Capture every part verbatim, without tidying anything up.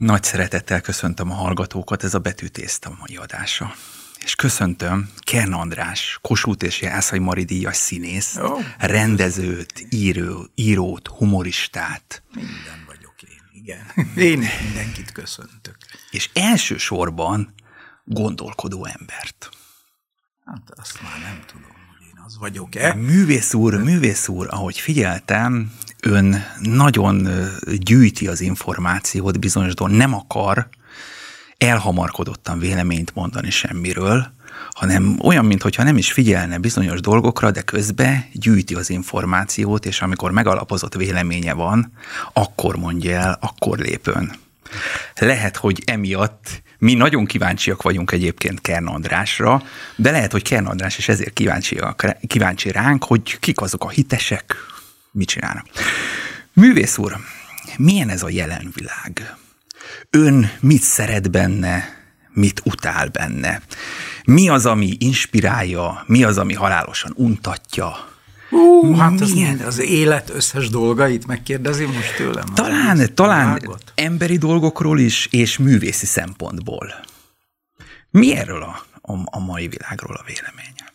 Nagy szeretettel köszöntöm a hallgatókat, ez a Betűtészta a mai adása. És köszöntöm Kern András, Kossuth és Jászai Mari díjas színész, oh, rendezőt, író, írót, humoristát. Minden vagyok én, igen. Én mindenkit köszöntök. És elsősorban gondolkodó embert. Hát azt már nem tudom, hogy én az vagyok-e. Művész úr, művész úr, ahogy figyeltem, ön nagyon gyűjti az információt bizonyos dolgok, nem akar elhamarkodottan véleményt mondani semmiről, hanem olyan, mintha nem is figyelne bizonyos dolgokra, de közben gyűjti az információt, és amikor megalapozott véleménye van, akkor mondja el, akkor lép ön. Lehet, hogy emiatt mi nagyon kíváncsiak vagyunk egyébként Kern Andrásra, de lehet, hogy Kern András is ezért kíváncsi, kíváncsi ránk, hogy kik azok a hitesek, mit csinálnak. Művész úr, milyen ez a jelen világ? Ön mit szeret benne, mit utál benne? Mi az, ami inspirálja, mi az, ami halálosan untatja? Uh, hát az, az élet összes dolgait megkérdezi most tőlem. Talán, talán emberi dolgokról is, és művészi szempontból. Mi erről a, a, a mai világról a véleménye?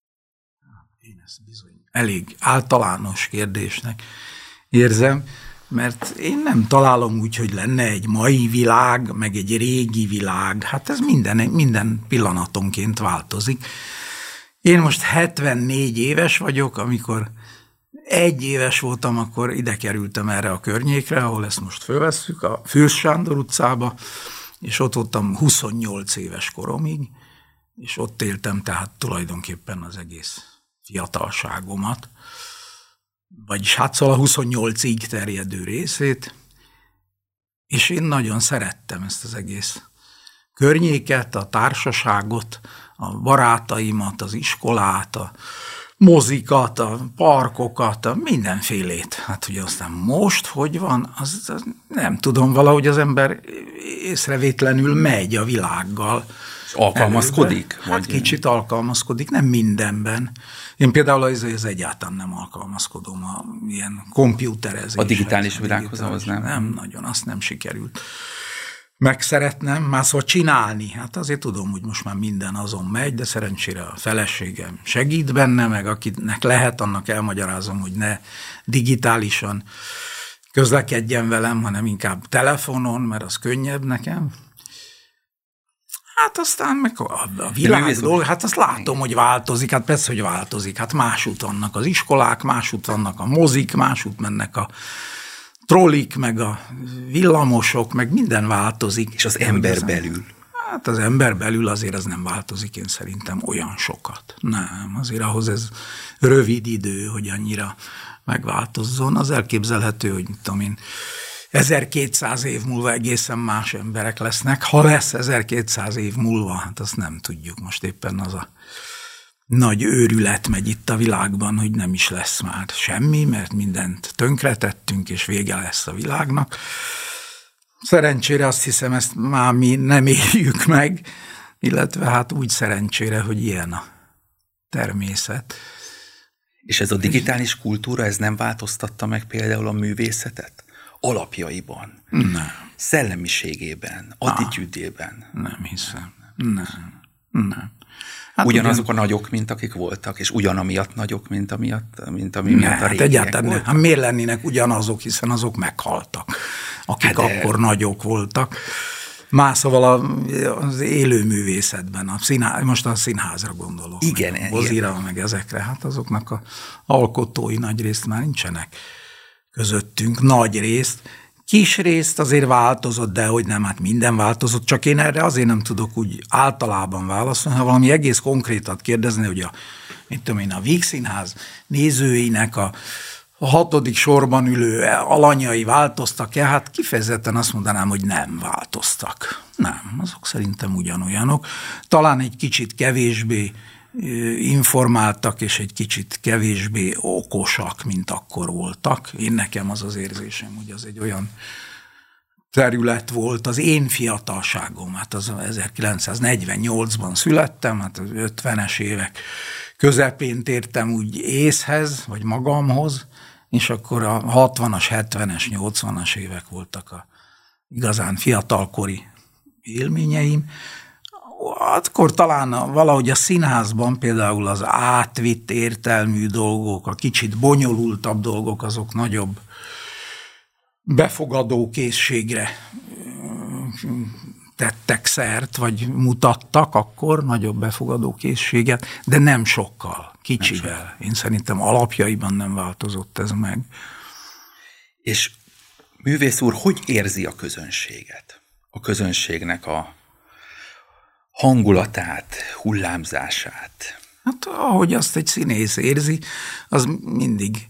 Én ezt bizony elég általános kérdésnek érzem, mert én nem találom úgy, hogy lenne egy mai világ, meg egy régi világ. Hát ez minden, minden pillanatonként változik. Én most hetvennégy éves vagyok, amikor egy éves voltam, akkor ide kerültem erre a környékre, ahol ezt most fölvesszük, a Fürst Sándor utcába, és ott voltam huszonnyolc éves koromig, és ott éltem tehát tulajdonképpen az egész fiatalságomat, vagyis hát szóval a huszonnyolcig terjedő részét, és én nagyon szerettem ezt az egész környéket, a társaságot, a barátaimat, az iskolát, a mozikat, a parkokat, a mindenfélét. Hát ugye aztán most, hogy van, az, az nem tudom, valahogy az ember észrevétlenül megy a világgal. És alkalmazkodik? Előbe. Hát kicsit alkalmazkodik, nem mindenben. Én például az, az egyáltalán nem alkalmazkodom a ilyen kompjúterezéshez. A digitális világhoz ahhoz nem? Nem, nagyon, azt nem sikerült. Meg szeretném már szóval csinálni. Hát azért tudom, hogy most már minden azon megy, de szerencsére a feleségem segít benne, meg akinek lehet, annak elmagyarázom, hogy ne digitálisan közlekedjen velem, hanem inkább telefonon, mert az könnyebb nekem. Hát aztán meg a világ dolog, hát azt látom, hogy változik, hát persze, hogy változik. Hát másút vannak az iskolák, másút vannak a mozik, másút mennek a trollik, meg a villamosok, meg minden változik. És az ember belül? Hát az ember belül azért az nem változik, én szerintem olyan sokat. Nem, azért ahhoz ez rövid idő, hogy annyira megváltozzon. Az elképzelhető, hogy mit tudom én, ezerkétszáz év múlva egészen más emberek lesznek. Ha lesz ezerkétszáz év múlva, hát azt nem tudjuk. Most éppen az a nagy őrület megy itt a világban, hogy nem is lesz már semmi, mert mindent tönkretettünk, és vége lesz a világnak. Szerencsére azt hiszem, ezt már mi nem éljük meg, illetve hát úgy szerencsére, hogy ilyen a természet. És ez a digitális kultúra, ez nem változtatta meg például a művészetet? Alapjaiban? Nem. Szellemiségében? Attitűdében? Nem hiszem. Nem. Nem. Hát ugyanazok ugyan... a nagyok, mint akik voltak, és ugyanamiatt nagyok, mint amiatt, mint ami miatt a régiek egyáltalán voltak. Hát miért lennének ugyanazok, hiszen azok meghaltak, akik hát akkor de... nagyok voltak. Más szóval az élőművészetben, a színház, most a színházra gondolok. Igen. Meg a Bozira, igen. Meg ezekre, hát azoknak a alkotói nagy részt már nincsenek közöttünk, nagy részt. Kis részt azért változott, de hogy nem, hát minden változott, csak én erre azért nem tudok úgy általában válaszolni, ha valami egész konkrétat kérdezni, hogy a, mit tudom én, a Víg Színház nézőinek a hatodik sorban ülő alanyai változtak-e? Hát kifejezetten azt mondanám, hogy nem változtak. Nem, azok szerintem ugyanolyanok. Talán egy kicsit kevésbé informáltak, és egy kicsit kevésbé okosak, mint akkor voltak. Én nekem az az érzésem, hogy az egy olyan terület volt az én fiatalságom. Hát az ezerkilencszáznegyvennyolcban születtem, hát az ötvenes évek közepén tértem úgy észhez, vagy magamhoz, és akkor a hatvanas, hetvenes, nyolcvanas évek voltak a igazán fiatalkori élményeim, akkor talán valahogy a színházban például az átvitt értelmű dolgok, a kicsit bonyolultabb dolgok, azok nagyobb befogadó készségre tettek szert, vagy mutattak akkor nagyobb befogadó készséget, de nem sokkal, kicsivel. Nem sokkal. Én szerintem alapjaiban nem változott ez meg. És művész úr, hogy érzi a közönséget? A közönségnek a hangulatát, hullámzását? Hát ahogy azt egy színész érzi, az mindig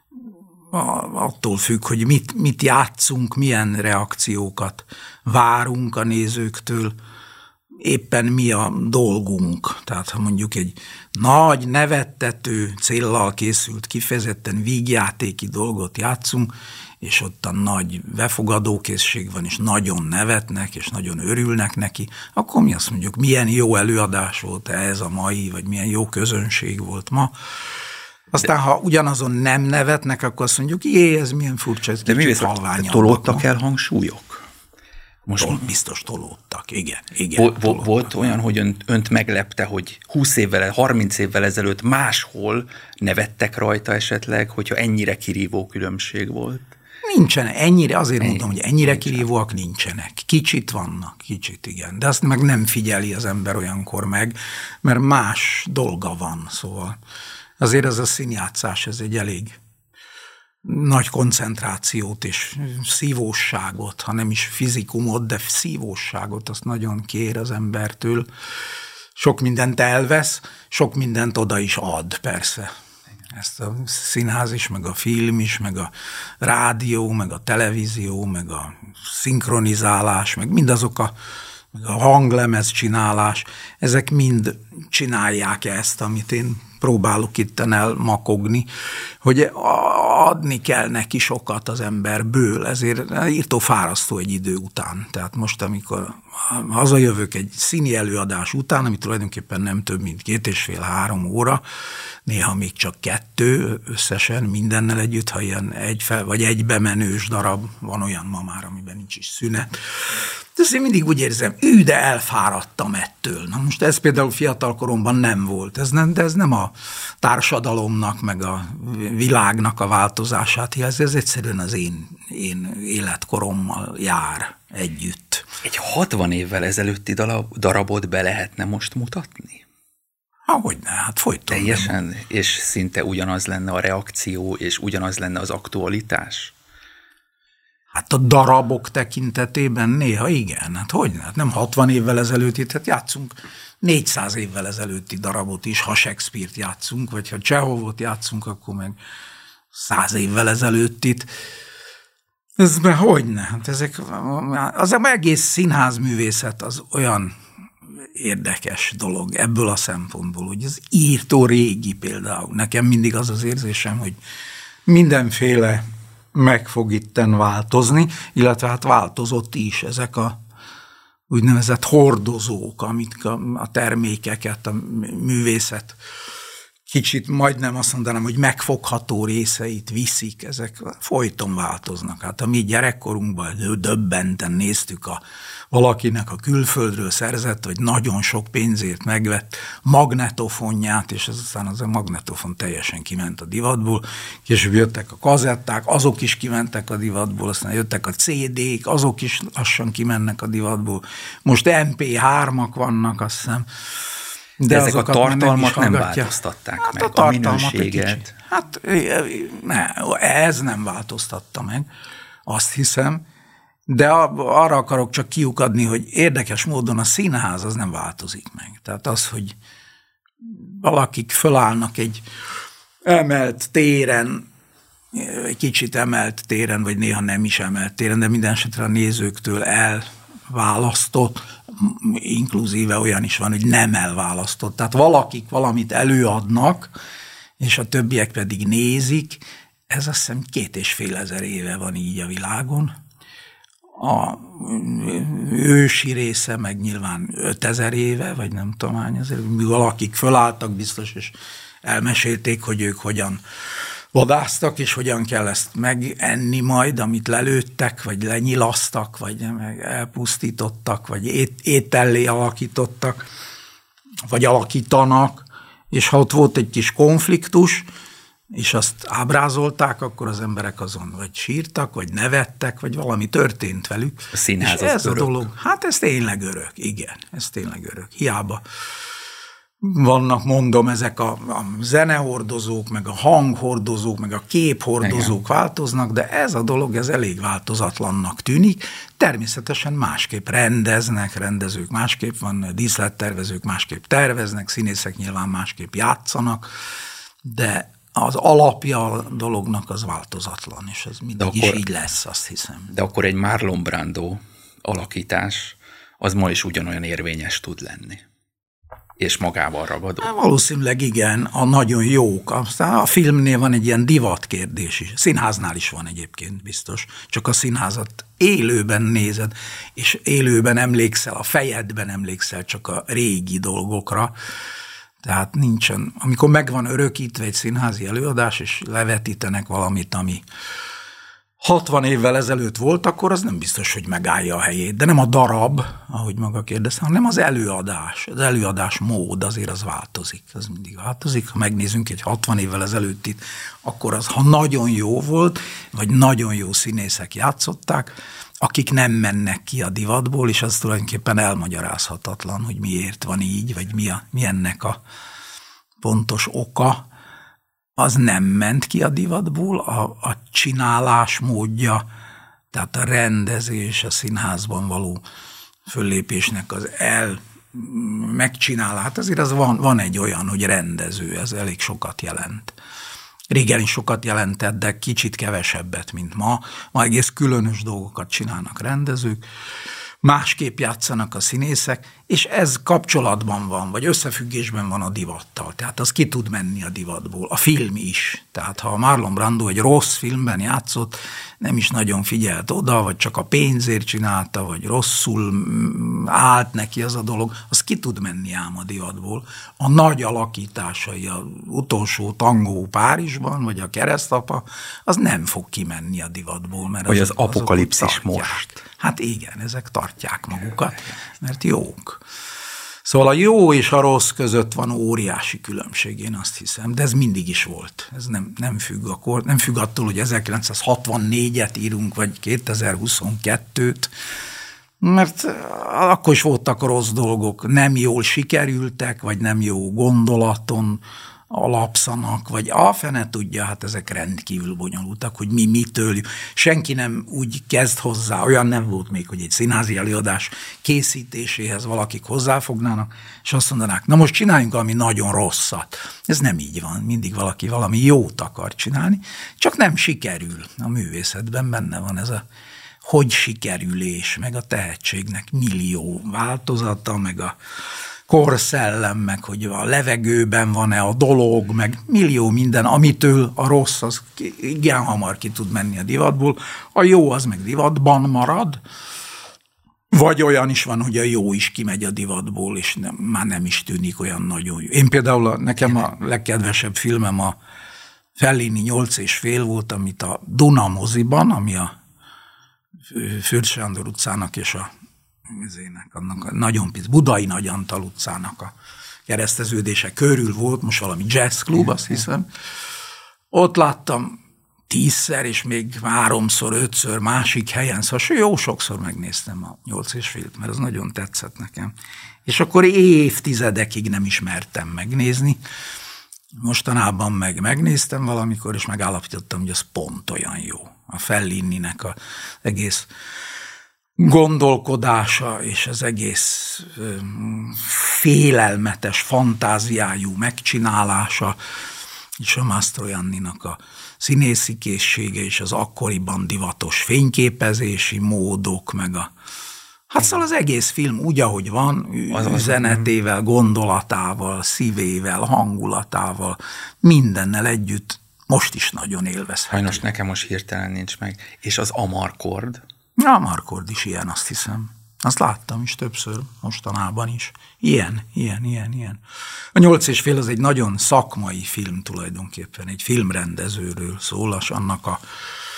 attól függ, hogy mit, mit játszunk, milyen reakciókat várunk a nézőktől, éppen mi a dolgunk. Tehát ha mondjuk egy nagy, nevettető céllal készült, kifejezetten vígjátéki dolgot játszunk, és ott a nagy befogadókészség van, és nagyon nevetnek, és nagyon örülnek neki, akkor mi azt mondjuk, milyen jó előadás volt ez a mai, vagy milyen jó közönség volt ma. Aztán, ha ugyanazon nem nevetnek, akkor azt mondjuk, jé, ez milyen furcsa, ez kicsit halványabbak. Tolódtak el hangsúlyok? Most Tol, biztos tolódtak, igen. igen volt, tolódtak. Volt olyan, hogy önt, önt meglepte, hogy húsz évvel, harminc évvel ezelőtt máshol nevettek rajta esetleg, hogyha ennyire kirívó különbség volt? Nincsen, ennyire, azért Ennyi, mondom, hogy ennyire nincsen. Kirívóak nincsenek. Kicsit vannak, kicsit igen, de azt meg nem figyeli az ember olyankor meg, mert más dolga van, szóval. Azért ez a színjátszás, ez egy elég nagy koncentrációt és szívósságot, ha nem is fizikumot, de szívósságot, azt nagyon kér az embertől. Sok mindent elvesz, sok mindent oda is ad, persze. Ezt a színház is, meg a film is, meg a rádió, meg a televízió, meg a szinkronizálás, meg mindazok a, meg a hanglemez csinálás, ezek mind csinálják ezt, amit én próbálok itten elmakogni, hogy adni kell neki sokat az emberből, ezért írtó fárasztó egy idő után. Tehát most, amikor hazajövök egy színi előadás után, ami tulajdonképpen nem több, mint két és fél, három óra, néha még csak kettő összesen mindennel együtt, ha ilyen egy fel, vagy egybemenős darab, van olyan ma már, amiben nincs is szünet. De ezt én mindig úgy érzem, ő, de elfáradtam ettől. Na most ez például fiatal koromban nem volt, ez nem, de ez nem a társadalomnak, meg a világnak a változását jelzi, ez egyszerűen az én, én életkorommal jár együtt. Egy hatvan évvel ezelőtti darabot be lehetne most mutatni? Ahogyne, hát folyton. Teljesen, nem. És szinte ugyanaz lenne a reakció, és ugyanaz lenne az aktualitás? Hát a darabok tekintetében néha igen, hát hogyne, hát nem hatvan évvel ezelőtt, hát játszunk négyszáz évvel ezelőtti darabot is, ha Shakespeare-t játszunk, vagy ha Csehovot játszunk, akkor meg száz évvel ezelőttit. Ez meg hogyne, hát ezek, az egész színházművészet az olyan érdekes dolog ebből a szempontból, hogy az írtó régi például. Nekem mindig az az érzésem, hogy mindenféle meg fog itten változni, illetve hát változott is ezek a úgynevezett hordozók, amit a termékeket, a művészet kicsit majdnem azt mondanám, hogy megfogható részeit viszik, ezek folyton változnak. Hát a mi gyerekkorunkban döbbenten néztük a valakinek a külföldről szerzett, vagy nagyon sok pénzért megvett magnetofonját, és ez aztán az a magnetofon teljesen kiment a divatból, később jöttek a kazetták, azok is kimentek a divatból, aztán jöttek a cé dék, azok is lassan kimennek a divatból. Most em pé hármak vannak, azt hiszem. De, De ezek a tartalmat nem, nem változtatták hát meg, a, a minőséget. Hát ne, ez nem változtatta meg, azt hiszem. De arra akarok csak kiukadni, hogy érdekes módon a színház az nem változik meg. Tehát az, hogy valakik fölállnak egy emelt téren, egy kicsit emelt téren, vagy néha nem is emelt téren, de minden esetre a nézőktől elválasztott, inkluzíve olyan is van, hogy nem elválasztott. Tehát valakik valamit előadnak, és a többiek pedig nézik. Ez azt hiszem két és fél ezer éve van így a világon. A ősi része meg nyilván ötezer éve, vagy nem tudom hány, azért valakik fölálltak biztos, és elmesélték, hogy ők hogyan vadásztak, és hogyan kell ezt megenni majd, amit lelőttek, vagy lenyilasztak, vagy elpusztítottak, vagy ét, étellé alakítottak, vagy alakítanak, és ha ott volt egy kis konfliktus, és azt ábrázolták, akkor az emberek azon vagy sírtak, vagy nevettek, vagy valami történt velük. A színház és az ez örök. a dolog, hát ez tényleg örök, igen, ez tényleg örök. Hiába vannak, mondom, ezek a, a zenehordozók, meg a hanghordozók, meg a képhordozók igen. változnak, de ez a dolog, ez elég változatlannak tűnik. Természetesen másképp rendeznek, rendezők másképp van, díszlettervezők másképp terveznek, színészek nyilván másképp játszanak, de az alapja a dolognak az változatlan, és ez mindig akkor, is így lesz, azt hiszem. De akkor egy Marlon Brando alakítás, az ma is ugyanolyan érvényes tud lenni. És magával ragadó. Valószínűleg igen, a nagyon jók. Aztán a filmnél van egy ilyen divatkérdés is. Színháznál is van egyébként biztos. Csak a színházat élőben nézed, és élőben emlékszel, a fejedben emlékszel csak a régi dolgokra. Tehát nincsen, amikor meg van örökítve egy színházi előadás, és levetítenek valamit, ami hatvan évvel ezelőtt volt, akkor az nem biztos, hogy megállja a helyét. De nem a darab, ahogy maga kérdezte, hanem az előadás. Az előadás mód azért az változik. Az mindig változik. Ha megnézzünk egy hatvan évvel ezelőttit, akkor az, ha nagyon jó volt, vagy nagyon jó színészek játszották, akik nem mennek ki a divatból, és az tulajdonképpen elmagyarázhatatlan, hogy miért van így, vagy mi, a, mi ennek a pontos oka, az nem ment ki a divatból, a, a csinálás módja, tehát a rendezés, a színházban való föllépésnek az el megcsinálás. Hát azért az van, van egy olyan, hogy rendező, ez elég sokat jelent. Régen is sokat jelentett, de kicsit kevesebbet, mint ma. Ma egész különös dolgokat csinálnak rendezők, másképp játszanak a színészek, és ez kapcsolatban van, vagy összefüggésben van a divattal. Tehát az ki tud menni a divatból. A film is. Tehát ha Marlon Brando egy rossz filmben játszott, nem is nagyon figyelt oda, vagy csak a pénzért csinálta, vagy rosszul állt neki az a dolog, az ki tud menni ám a divatból. A nagy alakításai, az utolsó tangó Párizsban, vagy a Keresztapa, az nem fog kimenni a divatból. Mert vagy az, az apokalipszis most. Hát igen, ezek tartják magukat, mert jók. Szóval a jó és a rossz között van óriási különbség, én azt hiszem, de ez mindig is volt. Ez nem, nem, függ, akkor, nem függ attól, hogy ezerkilencszázhatvannégyet írunk, vagy kétezer-huszonkettőt, mert akkor is voltak rossz dolgok, nem jól sikerültek, vagy nem jó gondolaton alapszanak, vagy a fene tudja, hát ezek rendkívül bonyolultak, hogy mi mitől. Senki nem úgy kezd hozzá, olyan nem volt még, hogy egy színházi előadás készítéséhez valakik hozzáfognának, és azt mondanák, na most csináljunk valami nagyon rosszat. Ez nem így van, mindig valaki valami jót akar csinálni, csak nem sikerül. A művészetben benne van ez a hogy sikerülés, meg a tehetségnek millió változata, meg a korszellem, meg hogy a levegőben van-e a dolog, meg millió minden, amitől a rossz az igen hamar ki tud menni a divatból, a jó az meg divatban marad, vagy olyan is van, hogy a jó is kimegy a divatból, és nem, már nem is tűnik olyan nagyon jó. Én például a, nekem a legkedvesebb filmem a Fellini nyolc és fél volt, amit a Duna moziban, ami a Fürst Sándor utcának és a Ezének, annak a nagyon pici, Budai Nagy Antal utcának a kereszteződése körül volt, most valami jazzklub, azt hiszem. Ott láttam tízszer, és még háromszor, ötször másik helyen, szóval jó sokszor megnéztem a nyolc és félt, mert az nagyon tetszett nekem. És akkor évtizedekig nem ismertem megnézni. Mostanában meg megnéztem valamikor, és megállapítottam, hogy az pont olyan jó. A Fellininek az egész gondolkodása és az egész félelmetes fantáziájú megcsinálása, és a Mastroianninak a színészi készsége és az akkoriban divatos fényképezési módok, meg a hát szóval az egész film úgy, ahogy van, az üzenetével, gondolatával, szívével, hangulatával, mindennel együtt most is nagyon élvezhető. Sajnos nekem most hirtelen nincs meg. És az Amarkord? A Amarkord is ilyen, azt hiszem. Azt láttam is többször, mostanában is. Ilyen, ilyen, ilyen, ilyen. A nyolc és fél az egy nagyon szakmai film tulajdonképpen, egy filmrendezőről szól, és annak a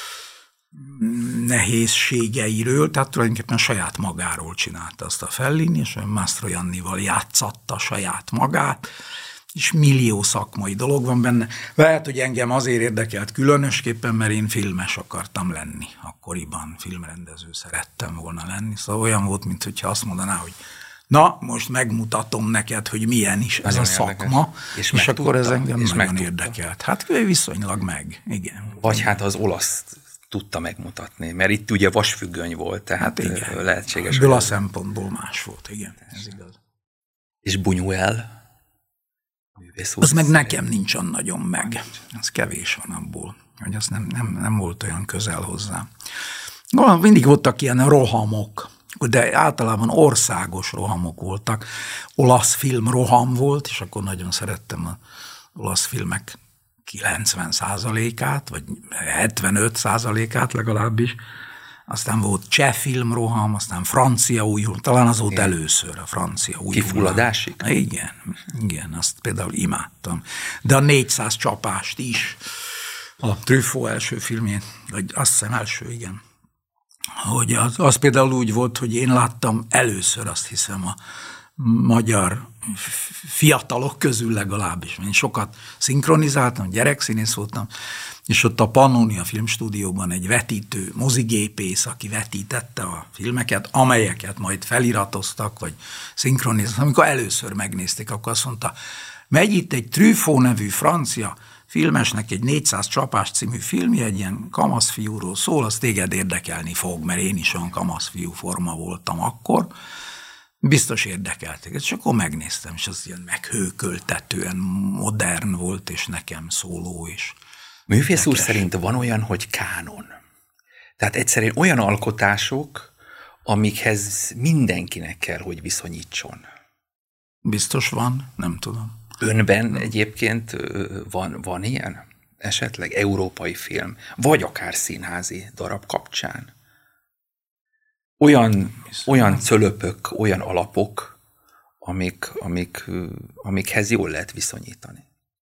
nehézségeiről, tehát tulajdonképpen saját magáról csinálta azt a Fellini, és Mastroiannival játszatta saját magát, és millió szakmai dolog van benne. Lehet, hogy engem azért érdekelt különösképpen, mert én filmes akartam lenni. Akkoriban filmrendező szerettem volna lenni. Szóval olyan volt, mintha azt mondaná, hogy na, most megmutatom neked, hogy milyen is ez nagyon a szakma, és, és akkor ez engem és nagyon érdekelt. Hát viszonylag meg, igen. Vagy hát az olasz tudta megmutatni, mert itt ugye vasfüggöny volt, tehát hát igen, lehetséges. Ebből a szempontból más volt, igen, ez igaz. És Buñuel? Az meg nekem nincsen nagyon meg. Az kevés van abból, hogy az nem, nem, nem volt olyan közel hozzá. Mindig voltak ilyen rohamok, de általában országos rohamok voltak. Olasz film roham volt, és akkor nagyon szerettem az olasz filmek kilencven százalékát, vagy hetvenöt százalékát legalábbis. Aztán volt cseh film roham, aztán francia új hullám, talán az volt először a francia új Kifulladásig? Igen, igen, azt például imádtam. De a négyszáz csapást is, a Truffaut első filmjén, vagy azt hiszem első, igen. Hogy az, az például úgy volt, hogy én láttam először, azt hiszem, a magyar fiatalok közül legalábbis. Én sokat szinkronizáltam, gyerekszínész voltam, és ott a Pannonia Filmstúdióban egy vetítő, mozigépész, aki vetítette a filmeket, amelyeket majd feliratoztak, vagy szinkronizáltak. Amikor először megnézték, akkor azt mondta, megy itt egy Truffaut nevű francia filmesnek egy négyszáz csapás című filmje, egy ilyen kamaszfiúról szól, az téged érdekelni fog, mert én is olyan kamaszfiú forma voltam akkor. Biztos érdekelték, és akkor megnéztem, és az ilyen meghőköltetően modern volt, és nekem szóló is. Művész úr szerint van olyan, hogy kánon. Tehát egyszerűen olyan alkotások, amikhez mindenkinek kell, hogy viszonyítson. Biztos van, nem tudom. Önben egyébként van, van ilyen? Esetleg európai film, vagy akár színházi darab kapcsán? Olyan, olyan cölöpök, olyan alapok, amik, amik, amikhez jól lehet viszonyítani.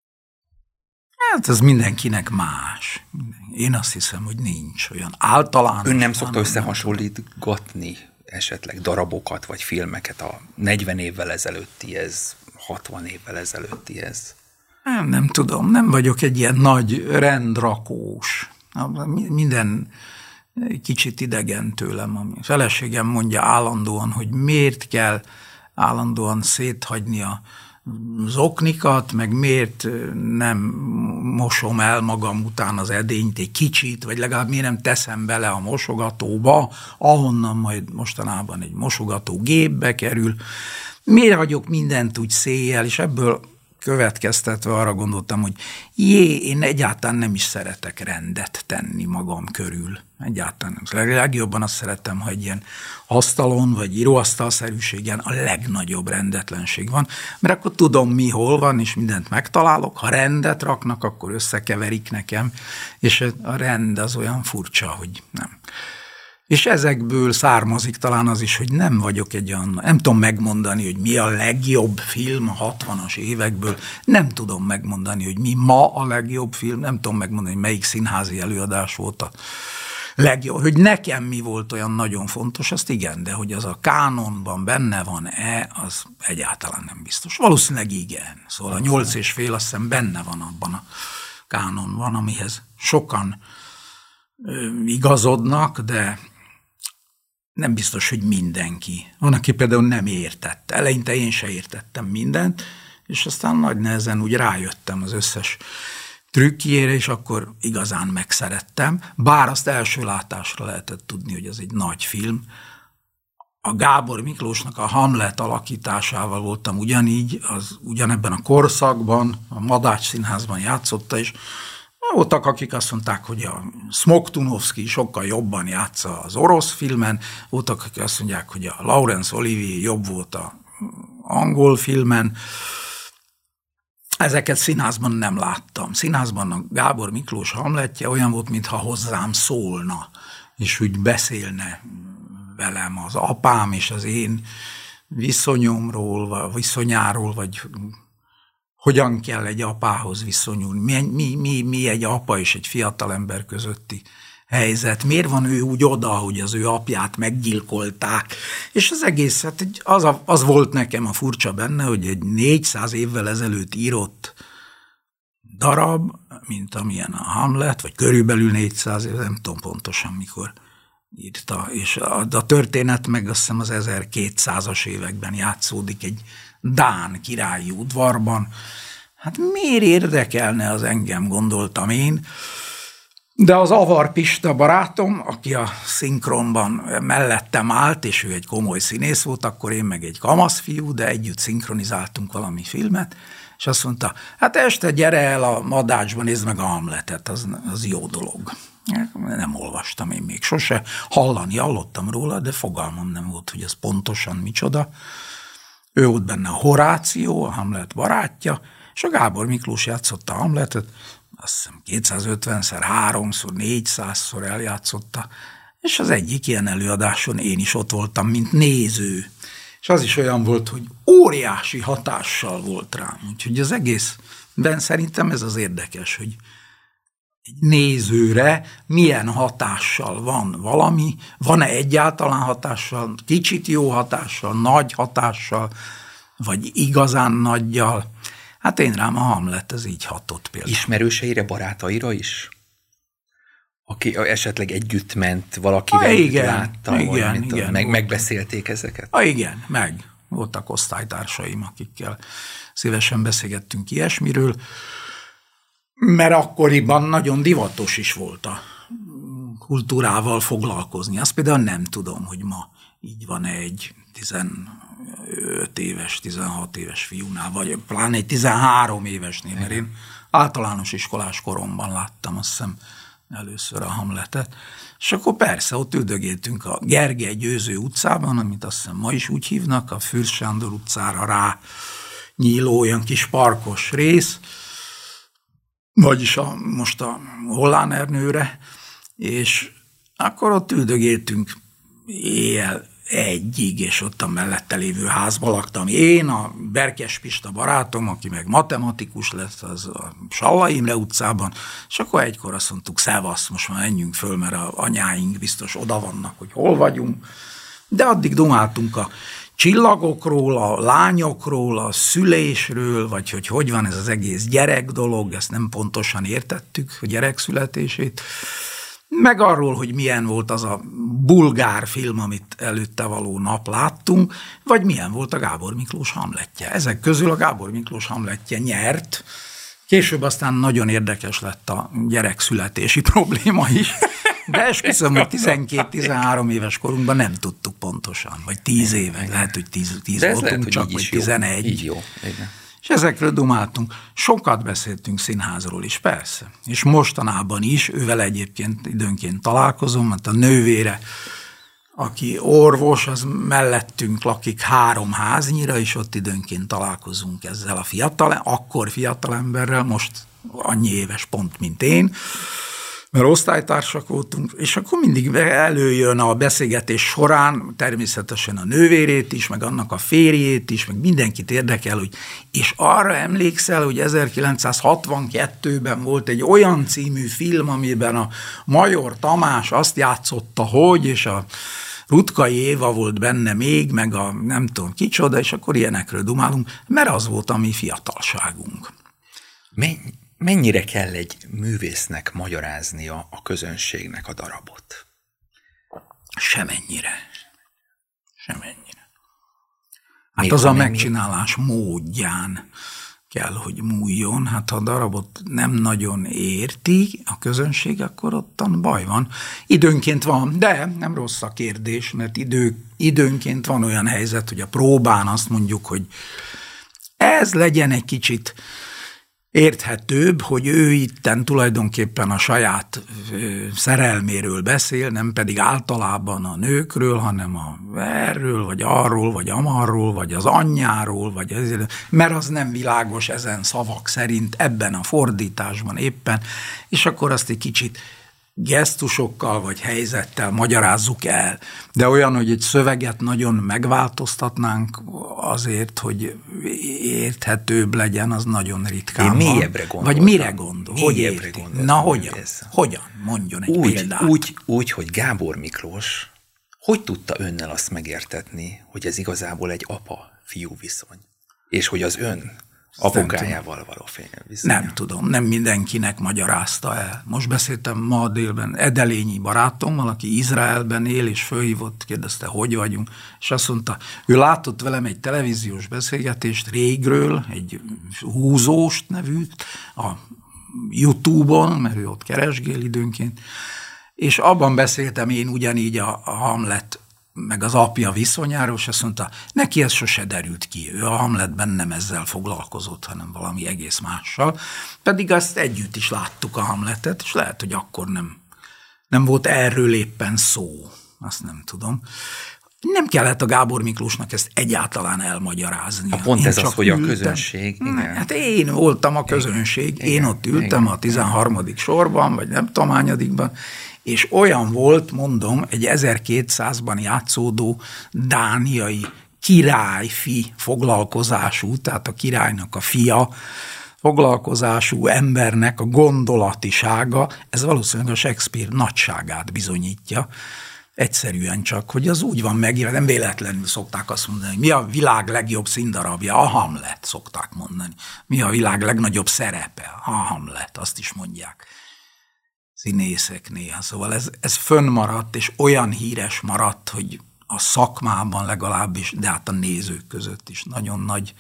Hát ez mindenkinek más. Én azt hiszem, hogy nincs olyan általános. Ön nem szokta összehasonlítgatni esetleg darabokat vagy filmeket a negyven évvel ezelőttihez, hatvan évvel ezelőttihez? Nem, nem tudom, nem vagyok egy ilyen nagy rendrakós. Minden kicsit idegen tőlem. A feleségem mondja állandóan, hogy miért kell állandóan széthagyni az oknikat, meg miért nem mosom el magam után az edényt egy kicsit, vagy legalább miért nem teszem bele a mosogatóba, ahonnan majd mostanában egy mosogató gépbe kerül. Miért hagyok mindent úgy széjjel, és ebből következtetve arra gondoltam, hogy jé, én egyáltalán nem is szeretek rendet tenni magam körül. Egyáltalán nem. Legjobban azt szerettem, ha egy ilyen asztalon, vagy íróasztalszerűségen a legnagyobb rendetlenség van, mert akkor tudom, mi hol van, és mindent megtalálok. Ha rendet raknak, akkor összekeverik nekem, és a rend az olyan furcsa, hogy nem. És ezekből származik talán az is, hogy nem vagyok egy olyan, nem tudom megmondani, hogy mi a legjobb film a hatvanas évekből, nem tudom megmondani, hogy mi ma a legjobb film, nem tudom megmondani, hogy melyik színházi előadás volt a legjobb, hogy nekem mi volt olyan nagyon fontos, azt igen, de hogy az a kánonban benne van-e, az egyáltalán nem biztos. Valószínűleg igen. Szóval a nyolc és fél azt hiszem benne van abban a kánonban, amihez sokan ö, igazodnak, de nem biztos, hogy mindenki. Van, aki például nem értette. Eleinte én se értettem mindent, és aztán nagy nehezen úgy rájöttem az összes trükkjére, és akkor igazán megszerettem. Bár azt első látásra lehetett tudni, hogy ez egy nagy film. A Gábor Miklósnak a Hamlet alakításával voltam ugyanígy, az ugyanebben a korszakban, a Madács Színházban játszotta, és voltak, akik azt mondták, hogy a Smoktunovszky sokkal jobban játsza az orosz filmen, voltak, akik azt mondják, hogy a Laurence Olivier jobb volt az angol filmen. Ezeket színházban nem láttam. Színházban a Gábor Miklós Hamletje olyan volt, mintha hozzám szólna, és úgy beszélne velem az apám és az én viszonyomról, vagy viszonyáról, vagy hogyan kell egy apához viszonyulni, mi, mi, mi, mi egy apa és egy fiatalember közötti helyzet, miért van ő úgy oda, hogy az ő apját meggyilkolták, és az egész, hát az, a, az volt nekem a furcsa benne, hogy egy négyszáz évvel ezelőtt írott darab, mint amilyen a Hamlet, vagy körülbelül négyszáz év, nem tudom pontosan mikor írta, és a, a történet meg azt hiszem az ezerkétszázas években játszódik egy dán királyi udvarban. Hát miért érdekelne az engem, gondoltam én, de az Avar Pista barátom, aki a szinkronban mellettem állt, és ő egy komoly színész volt, akkor én meg egy kamaszfiú, de együtt szinkronizáltunk valami filmet, és azt mondta, hát este gyere el a Madácsba, nézd meg a Hamletet, az, az jó dolog. Nem olvastam én még sose, hallani hallottam róla, de fogalmam nem volt, hogy ez pontosan micsoda. Ő volt benne a Horáció, a Hamlet barátja, és a Gábor Miklós játszotta a Hamletet, azt hiszem kétszázötvenszer, háromszor, négyszázszor eljátszotta, és az egyik ilyen előadáson én is ott voltam, mint néző. És az is olyan volt, hogy óriási hatással volt rám. Úgyhogy az egészben szerintem ez az érdekes, hogy egy nézőre milyen hatással van valami, van-e egyáltalán hatással, kicsit jó hatással, nagy hatással, vagy igazán nagyjal. Hát én rám a Hamlet, ez így hatott például. Ismerőseire, barátaira is? Aki esetleg együtt ment, valakivel ah, igen, látta, igen, vagy igen, tudom, meg, megbeszélték ezeket? Ah, igen, meg. Voltak osztálytársaim, akikkel szívesen beszélgettünk ilyesmiről, mert akkoriban nagyon divatos is volt a kultúrával foglalkozni. Azt például nem tudom, hogy ma így van egy tizenöt éves, tizenhat éves fiúnál, vagy pláne egy tizenhárom évesnél, mert én általános iskolás koromban láttam, azt hiszem, először a Hamletet, és akkor persze ott üldögéltünk a Gergely Győző utcában, amit azt hiszem ma is úgy hívnak, a Fürst Sándor utcára rá nyíló olyan kis parkos rész, vagyis a, most a Hollán Ernőre, és akkor ott üldögéltünk éjjel egyig, és ott a mellette lévő házba laktam. Én, a Berkes Pista barátom, aki meg matematikus lett, az a Sallai Imre utcában, és akkor egykor azt mondtuk, szevasz, most már menjünk föl, mert a anyáink biztos oda vannak, hogy hol vagyunk. De addig dumáltunk a csillagokról, a lányokról, a szülésről, vagy hogy hogy van ez az egész gyerek dolog, ezt nem pontosan értettük, a gyerek születését, meg arról, hogy milyen volt az a bulgár film, amit előtte való nap láttunk, vagy milyen volt a Gábor Miklós Hamletje. Ezek közül a Gábor Miklós Hamletje nyert, később aztán nagyon érdekes lett a gyerekszületési probléma is, de esküszöm, hogy tizenkét-tizenhárom éves korunkban nem tudtuk pontosan, vagy tíz éve, lehet, hogy tíz, tíz voltunk lehet, csak, vagy tizenegy. Így jó, igen. És ezekről dumáltunk. Sokat beszéltünk színházról is, persze. És mostanában is, ővel egyébként időnként találkozom, mert a nővére, aki orvos, az mellettünk lakik három háznyira, és ott időnként találkozunk ezzel a fiatal, akkor fiatalemberrel, most annyi éves pont, mint én, mert osztálytársak voltunk, és akkor mindig előjön a beszélgetés során természetesen a nővérét is, meg annak a férjét is, meg mindenkit érdekel, hogy és arra emlékszel, hogy ezerkilencszázhatvankettőben volt egy olyan című film, amiben a Major Tamás azt játszotta, hogy, és a Rutkai Éva volt benne még, meg a nem tudom kicsoda, és akkor ilyenekről dumálunk, mert az volt a mi fiatalságunk. Mennyi? Mennyire kell egy művésznek magyaráznia a közönségnek a darabot? Semennyire. Semennyire. Hát Még az a nem megcsinálás még... módján kell, hogy múljon. Hát ha a darabot nem nagyon érti a közönség, akkor ottan baj van. Időnként van, de nem rossz a kérdés, mert idő, időnként van olyan helyzet, hogy a próbán azt mondjuk, hogy ez legyen egy kicsit érthetőbb, hogy ő itten tulajdonképpen a saját szerelméről beszél, nem pedig általában a nőkről, hanem a erről, vagy arról, vagy amarról, vagy az anyjáról, vagy ezért, mert az nem világos ezen szavak szerint ebben a fordításban éppen, és akkor azt egy kicsit gesztusokkal vagy helyzettel magyarázzuk el. De olyan, hogy egy szöveget nagyon megváltoztatnánk azért, hogy érthetőbb legyen, az nagyon ritkán Én van. mélyebbre gondoltam. Vagy mire gondol? Hogy érti? Na, hogyan? Ez. Hogyan? Mondjon egy úgy, példát. Úgy, úgy, hogy Gábor Miklós hogy tudta önnel azt megértetni, hogy ez igazából egy apa-fiú viszony, és hogy az ön apukájával való viszony? Nem tudom, nem mindenkinek magyarázta el. Most beszéltem ma délben Edelényi barátommal, aki Izraelben él, és fölhívott, kérdezte, hogy vagyunk, és azt mondta, ő látott velem egy televíziós beszélgetést régről, egy húzóst nevűt, a YouTube-on, mert ő ott keresgél időnként, és abban beszéltem én ugyanígy a, a Hamlet meg az apja viszonyáról, és azt mondta, neki ez sose derült ki. Ő a Hamletben nem ezzel foglalkozott, hanem valami egész mással. Pedig azt együtt is láttuk a Hamletet, és lehet, hogy akkor nem, nem volt erről éppen szó. Azt nem tudom. Nem kellett a Gábor Miklósnak ezt egyáltalán elmagyarázni. A pont én ez az, hogy ültem. a közönség. Igen. Hát én voltam a közönség, igen, én ott ültem igen, a tizenharmadik sorban, vagy nem tudom hányadikban, és olyan volt, mondom, egy ezerkétszázban játszódó dániai királyfi foglalkozású, tehát a királynak a fia foglalkozású embernek a gondolatisága, ez valószínűleg a Shakespeare nagyságát bizonyítja. Egyszerűen csak, hogy az úgy van megírva, nem véletlenül szokták azt mondani, hogy mi a világ legjobb színdarabja, a Hamlet, szokták mondani. Mi a világ legnagyobb szerepe, a Hamlet, azt is mondják színészek néha. Szóval ez, ez fönnmaradt, és olyan híres maradt, hogy a szakmában legalábbis, de hát a nézők között is nagyon nagy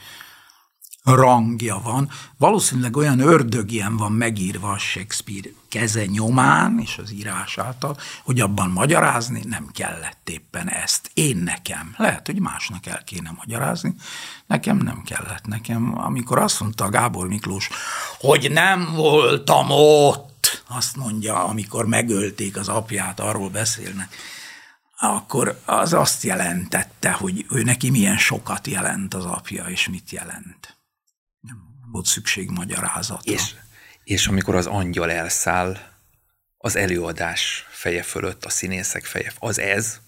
rangja van. Valószínűleg olyan ördögien van megírva a Shakespeare keze nyomán és az írás által, hogy abban magyarázni nem kellett éppen ezt. Én nekem. Lehet, hogy másnak el kéne magyarázni. Nekem nem kellett. Nekem, amikor azt mondta a Gábor Miklós, hogy nem voltam ott, azt mondja, amikor megölték az apját, arról beszélnek, akkor az azt jelentette, hogy ő neki milyen sokat jelent az apja, és mit jelent. Nem volt szükség magyarázatra. És, és amikor az angyal elszáll az előadás feje fölött, a színészek feje, az ez?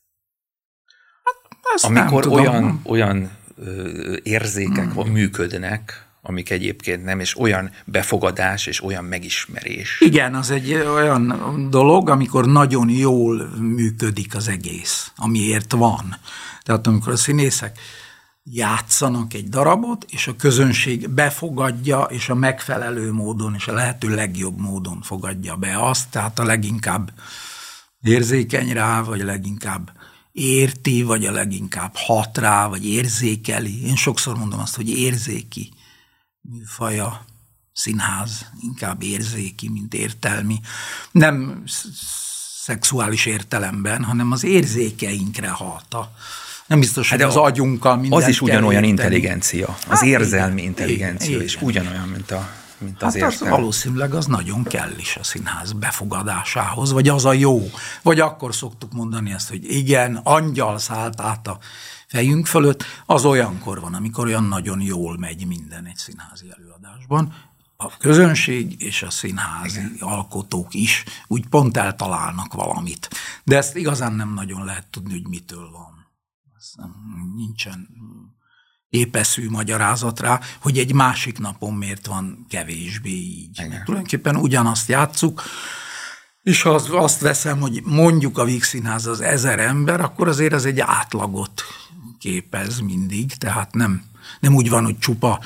Hát, amikor olyan, olyan ö, érzékek hmm. működnek, amik egyébként nem, és olyan befogadás, és olyan megismerés. Igen, az egy olyan dolog, amikor nagyon jól működik az egész, amiért van. Tehát amikor a színészek játszanak egy darabot, és a közönség befogadja, és a megfelelő módon, és a lehető legjobb módon fogadja be azt, tehát a leginkább érzékeny rá, vagy leginkább érti, vagy a leginkább hat rá, vagy érzékeli. Én sokszor mondom azt, hogy érzéki műfaja, színház, inkább érzéki, mint értelmi. Nem szexuális értelemben, hanem az érzékeinkre hat. Nem biztos, hogy hát az agyunkkal mindent az is ugyanolyan érteni. Intelligencia, az hát érzelmi igen, intelligencia igen, is igen. ugyanolyan, mint, a, mint az hát értelmi. Az valószínűleg az nagyon kell is a színház befogadásához, vagy az a jó. Vagy akkor szoktuk mondani ezt, hogy igen, angyal szállt át a fejünk fölött, az olyankor van, amikor olyan nagyon jól megy minden egy színházi előadásban. A közönség és a színházi igen. alkotók is úgy pont eltalálnak valamit. De ezt igazán nem nagyon lehet tudni, hogy mitől van. Nem, nincsen épeszű magyarázat rá, hogy egy másik napon miért van kevésbé így. Tulajdonképpen ugyanazt játsszuk, és ha azt veszem, hogy mondjuk a Víg Színház az ezer ember, akkor azért az egy átlagot képez mindig, tehát nem, nem úgy van, hogy csupa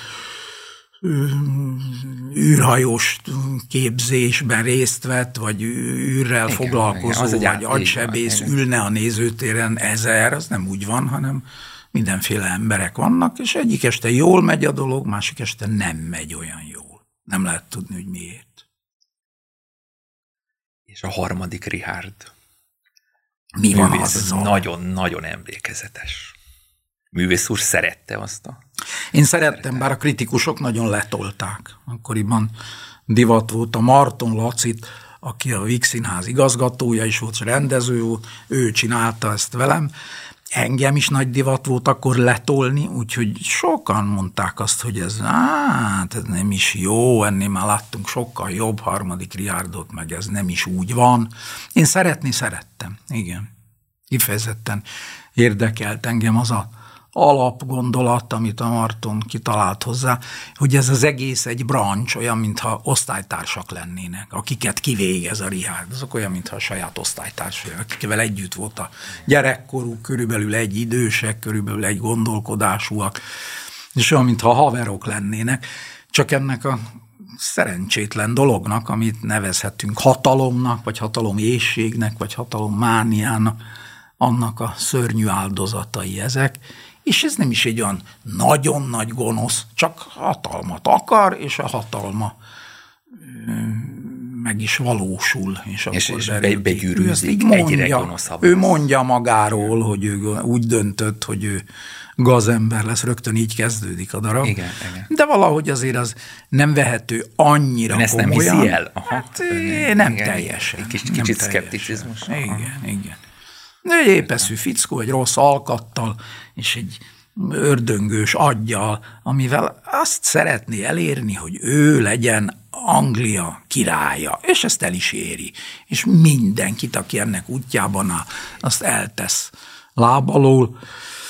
űrhajós képzésben részt vett, vagy űrrel igen, foglalkozó, igen, vagy agysebész ülne a nézőtéren ezer, az nem úgy van, hanem mindenféle emberek vannak, és egyik este jól megy a dolog, másik este nem megy olyan jól. Nem lehet tudni, hogy miért. És a harmadik Richard. Mi van az? Nagyon-nagyon emlékezetes. Művész úr szerette azt a... Én szerettem, bár a kritikusok nagyon letolták. Akkoriban divat volt a Marton Lacit, aki a Víg Színház igazgatója is volt, rendező volt, ő csinálta ezt velem, Engem is nagy divat volt akkor letolni, úgyhogy sokan mondták azt, hogy ez, hát ez nem is jó, ennél már láttunk sokkal jobb harmadik Richardot, meg ez nem is úgy van. Én szeretni szerettem, igen. Kifejezetten érdekelt engem az a alapgondolat, amit a Marton kitalált hozzá, hogy ez az egész egy brancs, olyan, mintha osztálytársak lennének, akiket kivégez a Richard. Azok olyan, mintha a saját osztálytársai, akikkel együtt volt a gyerekkorú, körülbelül egy idősek, körülbelül egy gondolkodásúak, és olyan, mintha haverok lennének, csak ennek a szerencsétlen dolognak, amit nevezhetünk hatalomnak, vagy hataloméhségnek, vagy hatalommániának, annak a szörnyű áldozatai ezek, és ez nem is egy olyan nagyon nagy gonosz, csak hatalmat akar, és a hatalma meg is valósul. És, és, akkor és be, begyűrűzik, egyre gonoszabb. Ő mondja magáról, hogy ő úgy döntött, hogy ő gazember lesz, rögtön így kezdődik a darab. Igen, igen. De valahogy azért az nem vehető annyira ön ezt komolyan. nem hiszi el? Aha, Hát, nem igen, teljesen. Egy kicsit, nem kicsit teljesen. szkepticizmus. Igen, igen. De egy épeszű fickó, egy rossz alkattal, és egy ördöngős aggyal, amivel azt szeretné elérni, hogy ő legyen Anglia királya, és ezt el is éri. És mindenkit, aki ennek útjában áll, azt eltesz lábalól.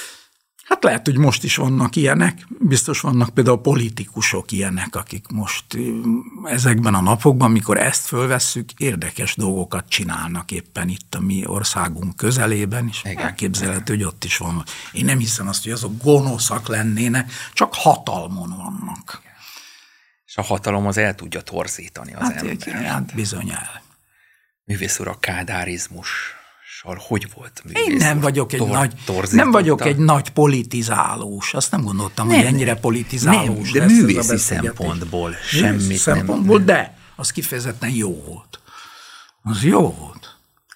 Hát lehet, hogy most is vannak ilyenek, biztos vannak például politikusok ilyenek, akik most ezekben a napokban, mikor ezt fölvesszük, érdekes dolgokat csinálnak éppen itt a mi országunk közelében, és igen, elképzelhető, hogy ott is van. Én nem hiszem azt, hogy azok gonoszak lennének, csak hatalmon vannak. És a hatalom az el tudja torzítani az hát, ember. Hát bizony el. Művész úr, a kádárizmus hogy volt művész? Én nem vagyok egy Tor- nagy, nem vagyok egy nagy politizálós. Azt nem gondoltam, nem, hogy ennyire politizálós. Nem, de művészi szempontból semmit nem. szempontból, nem. De az kifejezetten jó volt. Az jó volt.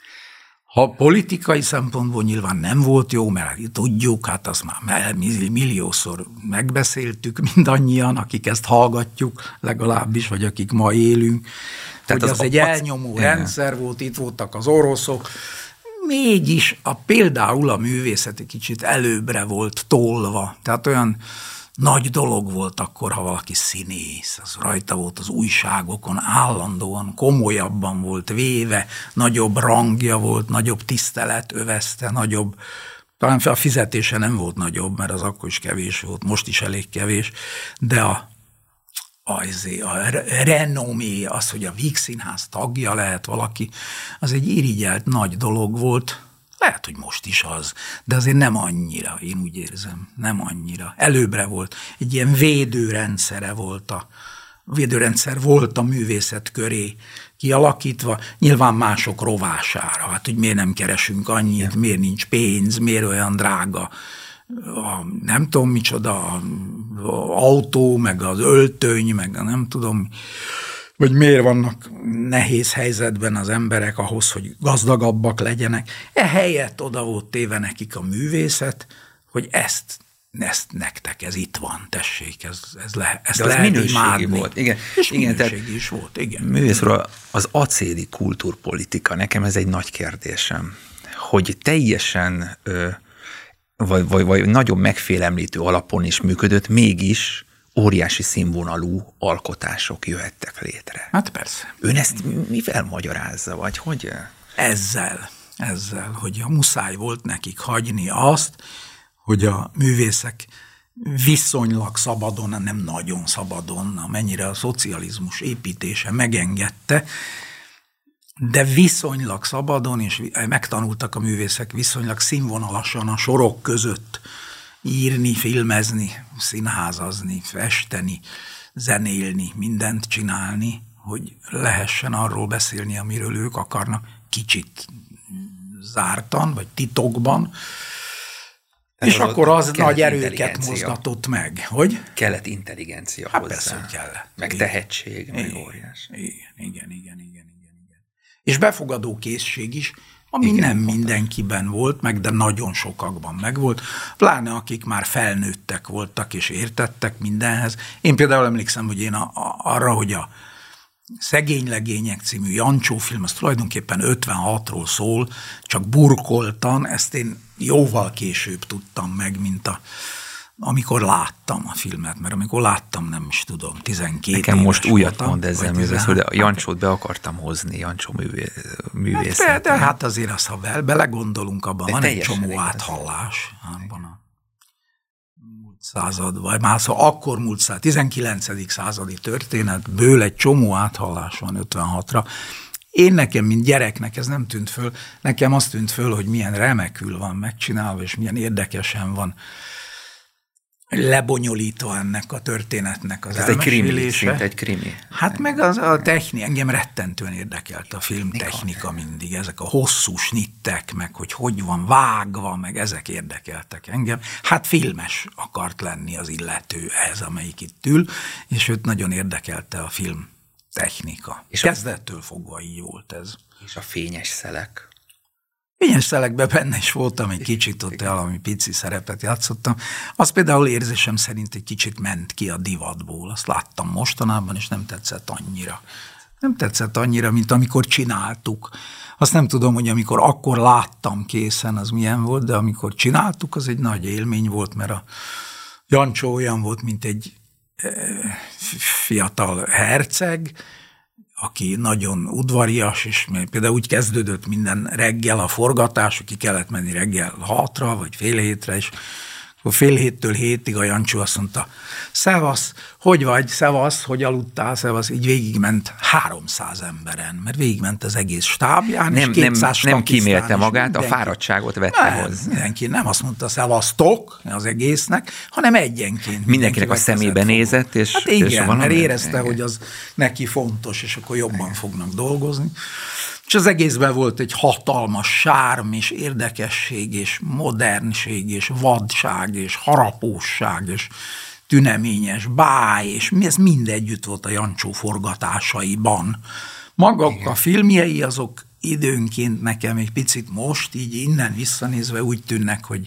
Ha politikai szempontból nyilván nem volt jó, mert tudjuk, hát azt már milliószor megbeszéltük mindannyian, akik ezt hallgatjuk, legalábbis, vagy akik ma élünk, tehát hogy az, az egy elnyomó rendszer volt, itt voltak az oroszok, mégis a, például a művészet egy kicsit előbbre volt tolva. Tehát olyan nagy dolog volt akkor, ha valaki színész, az rajta volt az újságokon, állandóan, komolyabban volt véve, nagyobb rangja volt, nagyobb tisztelet övezte, nagyobb, talán a fizetése nem volt nagyobb, mert az akkor is kevés volt, most is elég kevés, de a Az, a renomé, az, hogy a Víg Színház tagja lehet valaki, az egy irigyelt nagy dolog volt. Lehet, hogy most is az, de azért nem annyira, én úgy érzem, nem annyira. Előbbre volt, egy ilyen védőrendszere volt a, védőrendszer volt a művészet köré kialakítva, nyilván mások rovására. Hát, hogy miért nem keresünk annyit, miért nincs pénz, miért olyan drága a nem tudom micsoda, a autó, meg az öltöny, meg a nem tudom, vagy miért vannak nehéz helyzetben az emberek ahhoz, hogy gazdagabbak legyenek. Ehelyett oda volt téve nekik a művészet, hogy ezt, ezt nektek, ez itt van, tessék, ez, ez le, ezt de az lehet minőségi imádni. volt. Igen, és igen, minőségi is volt, igen. Művész úr, az acéli kultúrpolitika, nekem ez egy nagy kérdésem, hogy teljesen ö, Vagy, vagy, vagy nagyon megfélemlítő alapon is működött, mégis óriási színvonalú alkotások jöhettek létre. Hát persze. Ön ezt mivel magyarázza, vagy hogy? Ezzel, ezzel, hogy a muszáj volt nekik hagyni azt, hogy a művészek viszonylag szabadon, nem nagyon szabadon, amennyire a szocializmus építése megengedte, de viszonylag szabadon, és megtanultak a művészek viszonylag színvonalasan a sorok között írni, filmezni, színházazni, festeni, zenélni, mindent csinálni, hogy lehessen arról beszélni, amiről ők akarnak, kicsit zártan, vagy titokban, és akkor az nagy erőket mozgatott meg. Hogy? Kellett intelligencia hát hozzá. Persze, hogy kellett. Meg igen. tehetség, igen. meg óriás. Igen, igen, igen, igen. És befogadó készség is, ami igen, nem mondtam. Mindenkiben volt, meg de nagyon sokakban megvolt, pláne akik már felnőttek voltak és értettek mindenhez. Én például emlékszem, hogy én a, a, arra, hogy a Szegény legények című Jancsó film, az tulajdonképpen ötvenhatról szól, csak burkoltan, ezt én jóval később tudtam meg, mint a, amikor láttam a filmet, mert amikor láttam, nem is tudom, tizenkét Nekem éves most újat voltam, mond ezzel, mivel, hogy a Jancsót be akartam hozni, Jancsó művé, művészet. Hát, de, de hát azért azt, ha belegondolunk, abban de van egy csomó igaz. áthallás abban a múlt század, vagy már szóval akkor múlt század, tizenkilencedik századi történetből egy csomó áthallás van ötvenhatra. Én nekem, mint gyereknek ez nem tűnt föl, nekem azt tűnt föl, hogy milyen remekül van megcsinálva, és milyen érdekesen van lebonyolítva ennek a történetnek az ez egy krimi, szinte egy krimi. Hát meg az a technika, engem rettentően érdekelt a filmtechnika mindig, ezek a hosszú snittek, meg hogy hogy van vágva, meg ezek érdekeltek engem. Hát filmes akart lenni az illető ez, amelyik itt ül, és őt nagyon érdekelte a film technika. És kezdettől fogva így volt ez. És a fényes szelek. Fényes szelekben benne is voltam, egy kicsit ott valami pici szerepet játszottam. Az például érzésem szerint egy kicsit ment ki a divatból. Azt láttam mostanában, és nem tetszett annyira. Nem tetszett annyira, mint amikor csináltuk. Azt nem tudom, hogy amikor akkor láttam készen, az milyen volt, de amikor csináltuk, az egy nagy élmény volt, mert a Jancsó olyan volt, mint egy fiatal herceg, aki nagyon udvarias, és például úgy kezdődött minden reggel a forgatás, ki kellett menni reggel hatra, vagy fél hétre, és akkor fél héttől hétig a Jancsó azt mondta, szevasz, hogy vagy, szevasz, hogy aludtál, szevasz, így végigment háromszáz emberen, mert végigment az egész stábján, nem, és kétszáz nem, nem kímélte magát, mindenki, a fáradtságot vette nem, hozzá. Mindenki nem azt mondta, szevasztok az egésznek, hanem egyenként. Mindenkinek a szemébe nézett, és... Hát igen, és mert érezte, igen, hogy az neki fontos, és akkor jobban igen. fognak dolgozni. És az egészben volt egy hatalmas sárm, és érdekesség, és modernség, és vadság, és harapósság, és tüneményes báj, és ez mind együtt volt a Jancsó forgatásaiban. Maguk igen. a filmjei, azok időnként nekem egy picit most, így innen visszanézve úgy tűnnek, hogy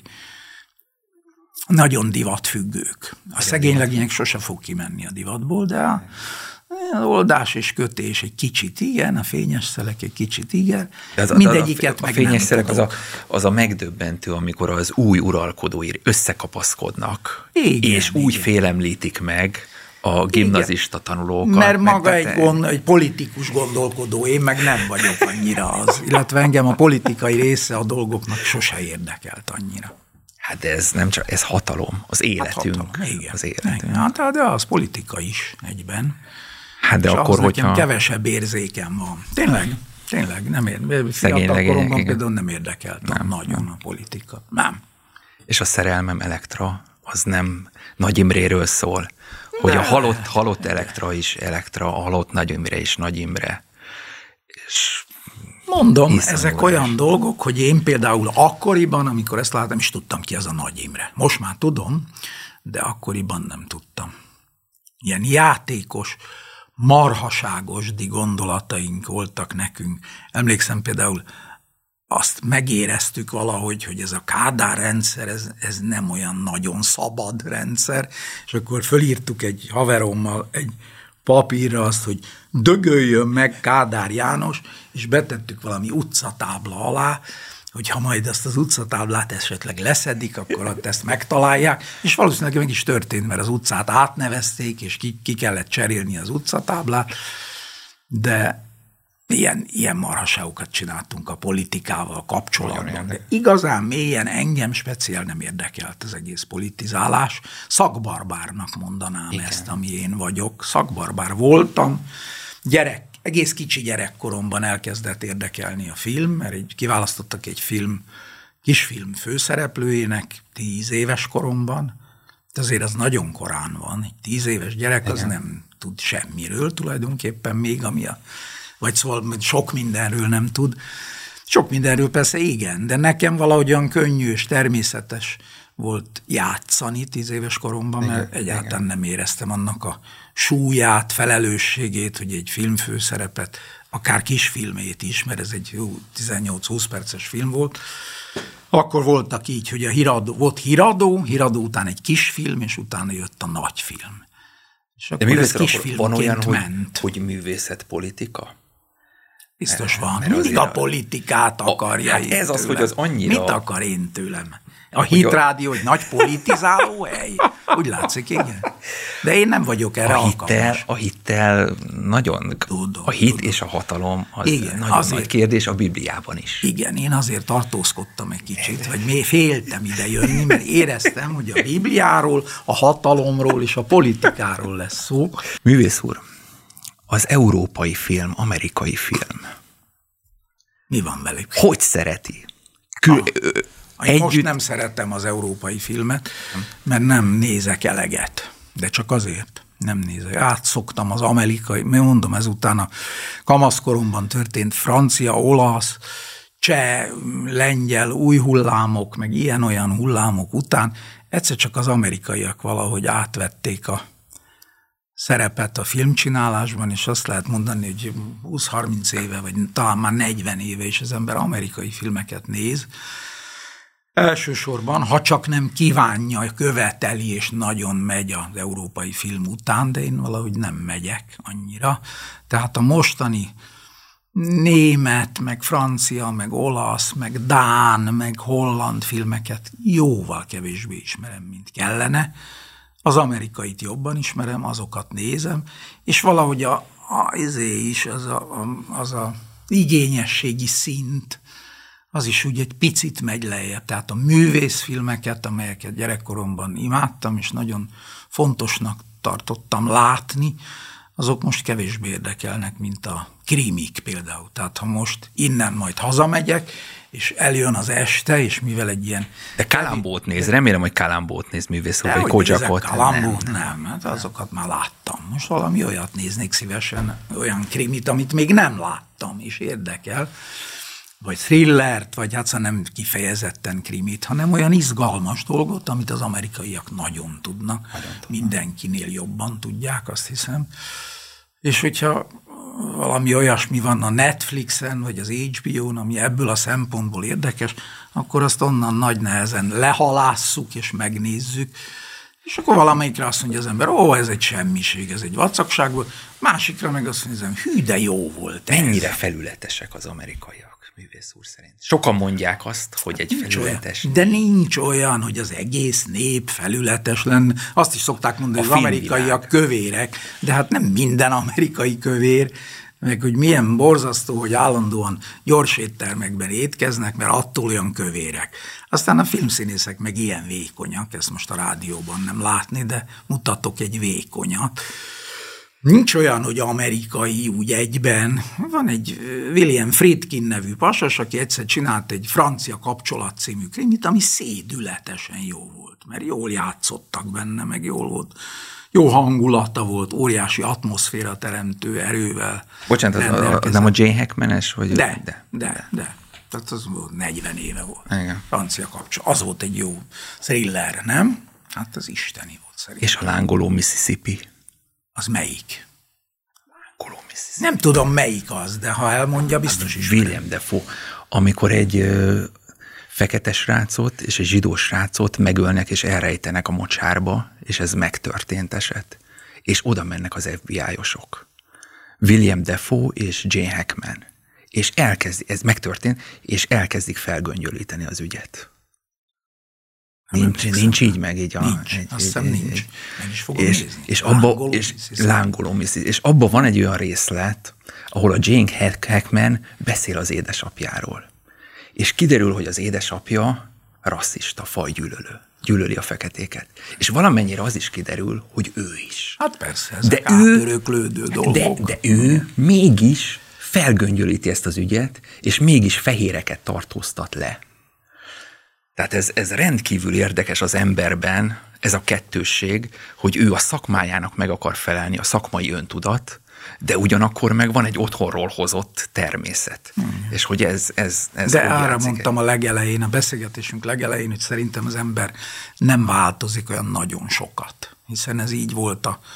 nagyon divatfüggők. A szegény legények sose fog kimenni a divatból, de a oldás és kötés egy kicsit igen, a fényes szelek egy kicsit igen, az, mindegyiket a, a, meg a fényes nem szelek az a, tudok. az a megdöbbentő, amikor az új uralkodói összekapaszkodnak, igen, és úgy igen. félemlítik meg a gimnazista igen. tanulókat. Mert maga egy, gond, egy politikus gondolkodó, én meg nem vagyok annyira az, illetve engem a politikai része a dolgoknak sose érdekelt annyira. Hát de ez nem csak, ez hatalom, az életünk. Hát hatalom, igen. Az életünk. Igen. Hát, de az politika is egyben. Hát de és akkor, hogyha... kevesebb érzékem van. Tényleg, tényleg nem érdekel. Szegény Fiatalkoromban például nem érdekelt nem, nagyon nem. a politika. Nem. És a Szerelmem Elektra, az nem Nagy Imréről szól, hogy ne. a halott, halott Elektra is Elektra, a halott Nagy Imre is Nagy Imre. És mondom, ezek olyan dolgok, hogy én például akkoriban, amikor ezt láttam, is tudtam ki az a Nagy Imre. Most már tudom, de akkoriban nem tudtam. Ilyen játékos, marhaságosdi gondolataink voltak nekünk. Emlékszem például, azt megéreztük valahogy, hogy ez a Kádár rendszer, ez, ez nem olyan nagyon szabad rendszer, és akkor fölírtuk egy haverommal egy papírra azt, hogy dögöljön meg Kádár János, és betettük valami utcatábla alá, hogy ha majd ezt az utcatáblát esetleg leszedik, akkor ott ezt megtalálják, és valószínűleg meg is történt, mert az utcát átnevezték, és ki, ki kellett cserélni az utcatáblát, de ilyen, ilyen marhaságokat csináltunk a politikával kapcsolatban. De igazán mélyen engem speciál nem érdekelt az egész politizálás. Szakbarbárnak mondanám igen. ezt, ami én vagyok. Szakbarbár voltam. Gyerek, egész kicsi gyerekkoromban elkezdett érdekelni a film, mert egy, kiválasztottak egy film, kisfilm főszereplőjének tíz éves koromban. De azért az nagyon korán van. Egy tíz éves gyerek igen. az nem tud semmiről tulajdonképpen még, ami a vagy szóval sok mindenről nem tud. Sok mindenről persze igen, de nekem valahogy olyan könnyű és természetes volt játszani tíz éves koromban, igen, mert egyáltalán igen. nem éreztem annak a súlyát, felelősségét, hogy egy filmfőszerepet, akár kisfilmét is, mert ez egy tizennyolc-húsz perces film volt. Akkor voltak így, hogy a híradó, volt híradó, híradó után egy kisfilm, és utána jött a nagyfilm. És akkor de ez kisfilmként van olyan, ment. Hogy, hogy művészetpolitika? Biztos mert, van. mert Mindig a a, politikát akarja. Hát ez az, hogy az annyira... Mit akar én tőlem? A Hitrádió, hogy nagy politizáló hely? Úgy látszik, igen. De én nem vagyok erre a hittel, alkalmas. A hittel nagyon... Tudom, a hit tudom. És a hatalom az igen, nagyon azért, nagy kérdés a Bibliában is. Igen, én azért tartózkodtam egy kicsit, vagy még féltem ide jönni, mert éreztem, hogy a Bibliáról, a hatalomról és a politikáról lesz szó. Művész úr, az európai film, amerikai film. Mi van velük? Hogy szereti? Kül, ah. Együtt... Most nem szeretem az európai filmet, mert nem nézek eleget. De csak azért nem nézek. Átszoktam az amerikai, mondom, ezután a kamaszkoromban történt francia, olasz, cseh, lengyel, új hullámok, meg ilyen-olyan hullámok után egyszer csak az amerikaiak valahogy átvették a szerepet a filmcsinálásban, és azt lehet mondani, hogy húsz-harminc éve, vagy talán már negyven éve is az ember amerikai filmeket néz. Elsősorban, ha csak nem kívánja, követeli, és nagyon megy az európai film után, de én valahogy nem megyek annyira. Tehát a mostani német, meg francia, meg olasz, meg dán, meg holland filmeket jóval kevésbé ismerem, mint kellene. Az amerikait jobban ismerem, azokat nézem, és valahogy a, a, izé is, az a, a, az a igényességi szint, az is úgy egy picit megy lejjebb. Tehát a művészfilmeket, amelyeket gyerekkoromban imádtam, és nagyon fontosnak tartottam látni, azok most kevésbé érdekelnek, mint a krimik például. Tehát ha most innen majd hazamegyek, és eljön az este, és mivel egy ilyen... De Kalambót néz, remélem, hogy Kalambót néz művész, vagy Kodzsakot. Kalambót nem, nem, hát azokat már láttam. Most valami olyat néznék szívesen, olyan krimit, amit még nem láttam, és érdekel, vagy thrillert, vagy hát szóval nem kifejezetten krimit, hanem olyan izgalmas dolgot, amit az amerikaiak nagyon tudnak. Nagyon Mindenkinél jobban tudják, azt hiszem. És hogyha valami olyasmi van a Netflixen, vagy az há bé ó-n, ami ebből a szempontból érdekes, akkor azt onnan nagy nehezen lehalásszuk és megnézzük, és akkor valamelyikre azt mondja az ember, ó, ez egy semmiség, ez egy vacakság volt, másikra meg azt mondja, hű, de jó volt. Mennyire felületesek az amerikaiak, művész úr szerint? Sokan mondják azt, hogy egy nincs felületes. Olyan, de nincs olyan, hogy az egész nép felületes lenne. Azt is szokták mondani, hogy az amerikaiak kövérek, de hát nem minden amerikai kövér, meg hogy milyen borzasztó, hogy állandóan gyors éttermekben étkeznek, mert attól olyan kövérek. Aztán a filmszínészek meg ilyen vékonyak, ezt most a rádióban nem látni, de mutatok egy vékonyat. Nincs olyan, hogy amerikai úgy egyben. Van egy William Friedkin nevű pasas, aki egyszer csinált egy Francia kapcsolat című krimit, ami szédületesen jó volt, mert jól játszottak benne, meg jól volt. Jó hangulata volt, óriási atmoszféra teremtő erővel. Bocsánat, az, az nem a Jane Hackman-es? Vagy de, de, de, de. Tehát az volt negyven éve volt. Igen. Francia kapcsolat. Az volt egy jó thriller, nem? Hát az isteni volt szerintem. És a lángoló Mississippi? Az melyik? Lángoló Mississippi. Nem tudom, melyik az, de ha elmondja, biztos is. William Dafoe, amikor egy ö, fekete srácot és egy zsidó srácot megölnek és elrejtenek a mocsárba, és ez megtörtént eset, és oda mennek az ef bé i-osok. William Dafoe és Jane Hackman. És elkezdi, ez megtörtént, és elkezdik felgöngyölíteni az ügyet. Nincs, nincs így meg így a... Nincs, egy, azt hiszem nincs. Meg is fogom és, nézni. és abba, és lángoló Mississippi. És abban van egy olyan részlet, ahol a Jane Hackman beszél az édesapjáról. És kiderül, hogy az édesapja rasszista, fajgyűlölő. Gyűlöli a feketéket. És valamennyire az is kiderül, hogy ő is. Hát persze, ezek átöröklődő dolgok. De, de ő mégis felgöngyölíti ezt az ügyet, és mégis fehéreket tartóztat le. Tehát ez, ez rendkívül érdekes az emberben, ez a kettősség, hogy ő a szakmájának meg akar felelni, a szakmai öntudat, de ugyanakkor meg van egy otthonról hozott természet. Hmm. És hogy ez, ez, ez De arra mondtam a legelején, a beszélgetésünk legelején, hogy szerintem az ember nem változik olyan nagyon sokat. Hiszen ez így volt a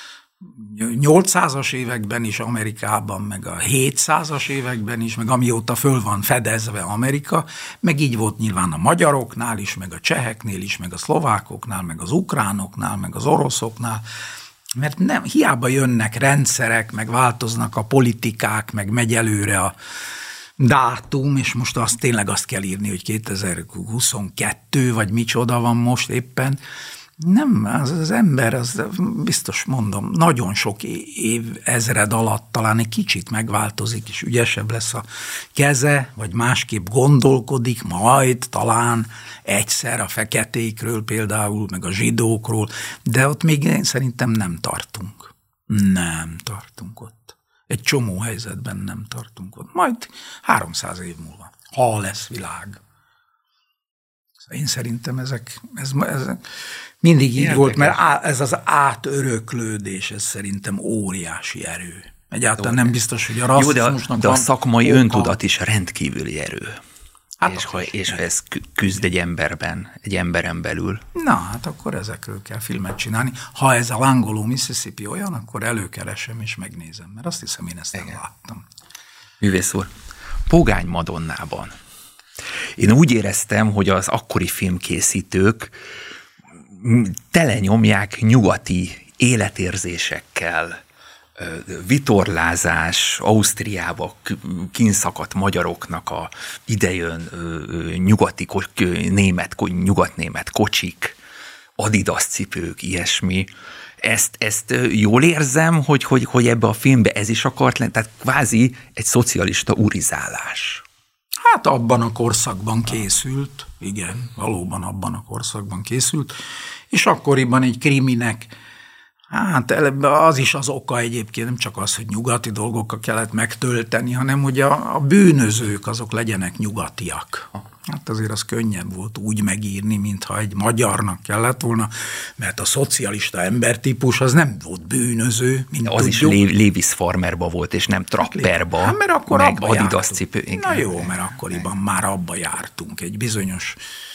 nyolcszázas években is Amerikában, meg a hétszázas években is, meg amióta föl van fedezve Amerika, meg így volt nyilván a magyaroknál is, meg a cseheknél is, meg a szlovákoknál, meg az ukránoknál, meg az oroszoknál. Mert nem, hiába jönnek rendszerek, meg változnak a politikák, meg megy előre a dátum, és most azt tényleg azt kell írni, hogy kétezer-huszonkettő, vagy micsoda van most éppen. Nem, az, az ember, az biztos mondom, nagyon sok év, ezred alatt talán egy kicsit megváltozik, és ügyesebb lesz a keze, vagy másképp gondolkodik, majd talán egyszer a feketékről például, meg a zsidókról, de ott még én szerintem nem tartunk. Nem tartunk ott. Egy csomó helyzetben nem tartunk ott. Majd háromszáz év múlva, ha lesz világ. Én szerintem ezek, ez, ez mindig így Érdekes. volt, mert á, ez az átöröklődés, ez szerintem óriási erő. Egyáltalán nem biztos, hogy a rasszizmusnak Jó, de, de a szakmai oka. Öntudat is rendkívüli erő. Hát és, ha, és ha ez küzd egy emberben, egy emberen belül. Na, hát akkor ezekről kell filmet csinálni. Ha ez a lángoló Mississippi olyan, akkor előkeresem és megnézem, mert azt hiszem, én ezt nem Igen. láttam. Művész úr, Pogány Madonnában én úgy éreztem, hogy az akkori filmkészítők telenyomják nyugati életérzésekkel, vitorlázás, Ausztriába kínszakadt magyaroknak a idejön nyugati, német, nyugatnémet kocsik, Adidas cipők, ilyesmi. Ezt, ezt jól érzem, hogy, hogy, hogy ebbe a filmbe ez is akart lenni, tehát kvázi egy szocialista urizálás. Hát abban a korszakban készült, igen, valóban abban a korszakban készült, és akkoriban egy kriminek, hát az is az oka egyébként, nem csak az, hogy nyugati dolgokkal kellett megtölteni, hanem hogy a, a bűnözők azok legyenek nyugatiak. Hát azért az könnyebb volt úgy megírni, mintha egy magyarnak kellett volna, mert a szocialista embertípus az nem volt bűnöző, mint az tudjuk. Is Levis Farmerba volt, és nem Trapperba, hát, mert akkor meg Adidas cipő. Na jó, mert akkoriban már abba jártunk, egy bizonyos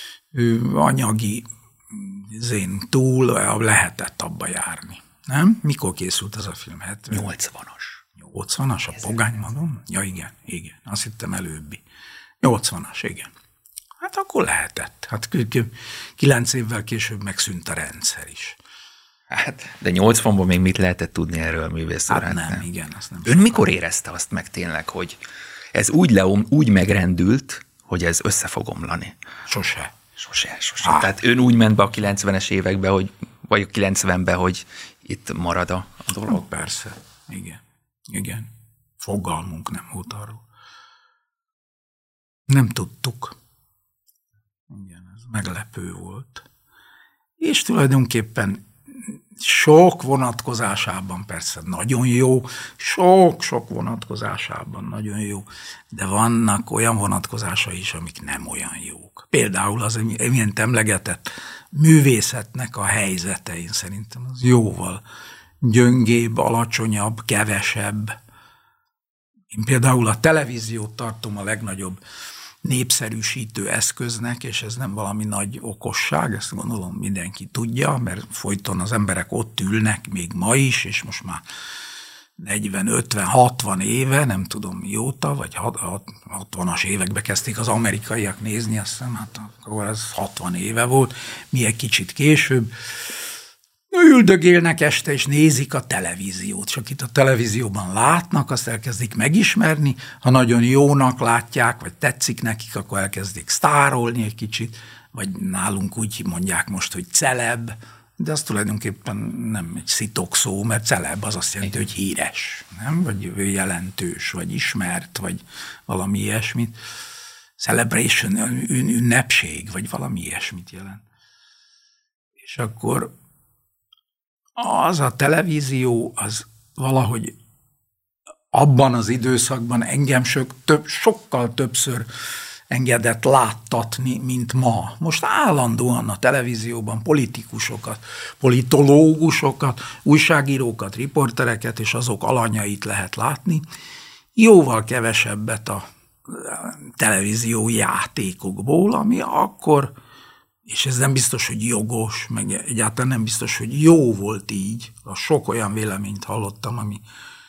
anyagi zén túl lehetett abba járni. Nem? Mikor készült ez a film? nyolcvanas. nyolcvanas? A Pogány Madonna? Ja, igen, igen. Azt hittem előbbi. nyolcvanas, igen. Hát akkor lehetett. Hát kilenc évvel később megszűnt a rendszer is. Hát, de nyolcvanban még mit lehetett tudni erről, művész úr? Hát nem, nem, igen. Azt nem Ön sokkal. Mikor érezte azt meg tényleg, hogy ez úgy leom, úgy megrendült, hogy ez össze fog omlani? Sose. Sose, sose. Ah. Tehát ön úgy ment be a kilencvenes évekbe, hogy, vagy a kilencvenbe, hogy itt marad a, a dolog? Oh, persze, igen. Igen. Fogalmunk nem volt arról. Nem tudtuk. Igen, ez meglepő volt. És tulajdonképpen sok vonatkozásában persze nagyon jó, sok-sok vonatkozásában nagyon jó, de vannak olyan vonatkozásai is, amik nem olyan jók. Például az imént emlegetett művészetnek a helyzete, én szerintem az jóval gyöngébb, alacsonyabb, kevesebb. Én például a televíziót tartom a legnagyobb népszerűsítő eszköznek, és ez nem valami nagy okosság, ezt gondolom mindenki tudja, mert folyton az emberek ott ülnek még ma is, és most már negyven, ötven, hatvan éve, nem tudom mióta, vagy hatvanas években kezdték az amerikaiak nézni, azt hiszem, hát akkor ez hatvan éve volt, mi egy kicsit később. Üldögélnek este, és nézik a televíziót. Csak itt a televízióban látnak, azt elkezdik megismerni, ha nagyon jónak látják, vagy tetszik nekik, akkor elkezdik sztárolni egy kicsit, vagy nálunk úgy mondják most, hogy celeb, de az tulajdonképpen nem egy szitokszó, mert celeb az azt jelenti, hogy híres, nem? Vagy jelentős, vagy ismert, vagy valami ilyesmit. Celebration, ünnepség, vagy valami ilyesmit jelent. És akkor az a televízió, az valahogy abban az időszakban engem sok, több, sokkal többször engedett láttatni, mint ma. Most állandóan a televízióban politikusokat, politológusokat, újságírókat, riportereket és azok alanyait lehet látni. Jóval kevesebbet a televízió játékokból, ami akkor, és ez nem biztos, hogy jogos, meg egyáltalán nem biztos, hogy jó volt így. A sok olyan véleményt hallottam, ami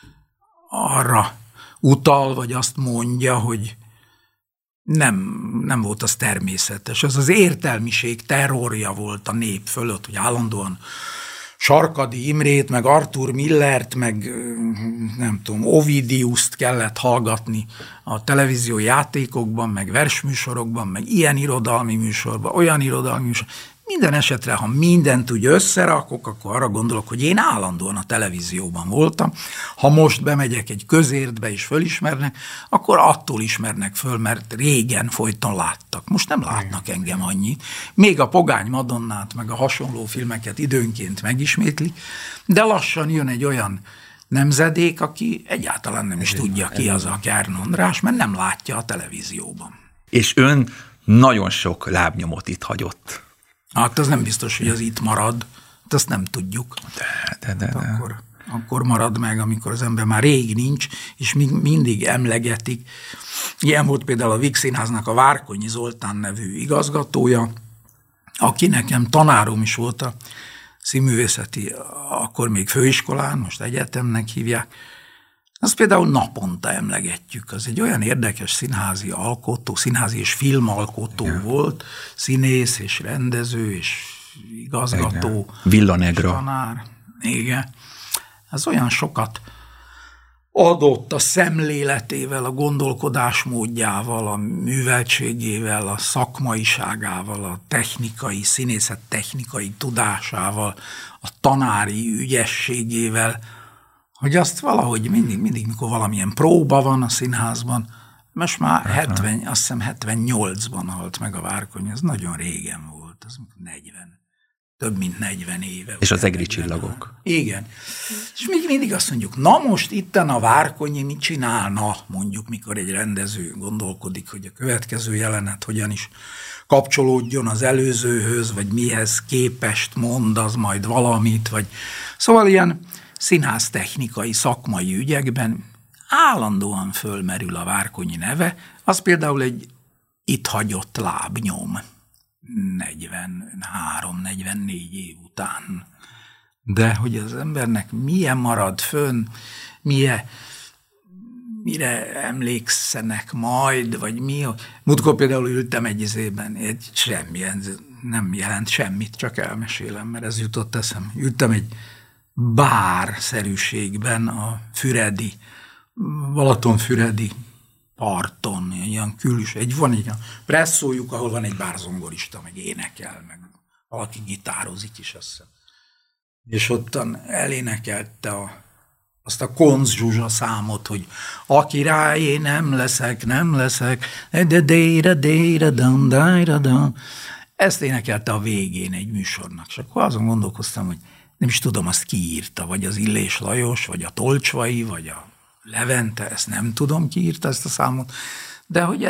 arra utal, vagy azt mondja, hogy nem, nem volt az természetes. Az az értelmiség terrorja volt a nép fölött, hogy állandóan Sarkady Imrét, meg Arthur Millert, meg nem tudom, Ovidiuszt kellett hallgatni a televízió játékokban, meg versműsorokban, meg ilyen irodalmi műsorban, olyan irodalmi műsorban. Minden esetre, ha mindent úgy összerakok, akkor arra gondolok, hogy én állandóan a televízióban voltam. Ha most bemegyek egy közértbe és fölismernek, akkor attól ismernek föl, mert régen folyton láttak. Most nem látnak engem annyit. Még a Pogány Madonnát, meg a hasonló filmeket időnként megismétlik, de lassan jön egy olyan nemzedék, aki egyáltalán nem is tudja, ki az a Kern András, mert nem látja a televízióban. És ön nagyon sok lábnyomot itt hagyott. Hát az nem biztos, hogy az itt marad, hát azt nem tudjuk. De, de, de, de. Hát akkor, akkor marad meg, amikor az ember már rég nincs, és még mindig emlegetik. Ilyen volt például a Víg Színháznak a Várkonyi Zoltán nevű igazgatója, aki nekem tanárom is volt a színművészeti, akkor még főiskolán, most egyetemnek hívják. Azt például naponta emlegetjük. Az egy olyan érdekes színházi alkotó, színházi és filmalkotó igen. volt, színész és rendező és igazgató. Igen. Villanegra. Tanár. Igen. Ez olyan sokat adott a szemléletével, a gondolkodásmódjával, a műveltségével, a szakmaiságával, a technikai, színészet technikai tudásával, a tanári ügyességével, hogy azt valahogy mindig, mindig, mikor valamilyen próba van a színházban, most már hetven, azt hiszem hetvennyolcban halt meg a Várkonyi, ez nagyon régen volt, az negyven, több mint negyven éve. És az Egri csillagok. Igen. És még mindig azt mondjuk, na most itten a Várkonyi mit csinálna, mondjuk, mikor egy rendező gondolkodik, hogy a következő jelenet hogyan is kapcsolódjon az előzőhöz, vagy mihez képest mond az majd valamit, vagy szóval ilyen színháztechnikai, szakmai ügyekben állandóan fölmerül a Várkonyi neve, az például egy itt hagyott lábnyom negyvenhárom negyvennégy év után. De hogy az embernek milyen marad fönn, milyen, mire emlékszenek majd, vagy mi. Múltkor például ültem egy izében, egy semmi, nem jelent semmit, csak elmesélem, mert ez jutott eszem. Ültem egy bárszerűségben a füredi, Balatonfüredi parton, ilyen külső, egy, van egy presszójuk, ahol van egy bárzongorista, meg énekel, meg valaki gitározik is, azt hiszem. És ottan elénekelte a, azt a Konz Zsuzsa számot, hogy a királyé nem leszek, nem leszek, de déra, déra, dam, dára, dam. Ezt énekelte a végén egy műsornak, és akkor azon gondolkoztam, hogy nem is tudom, azt ki írta, vagy az Illés Lajos, vagy a Tolcsvai, vagy a Levente, ezt nem tudom, ki írta ezt a számot, de hogy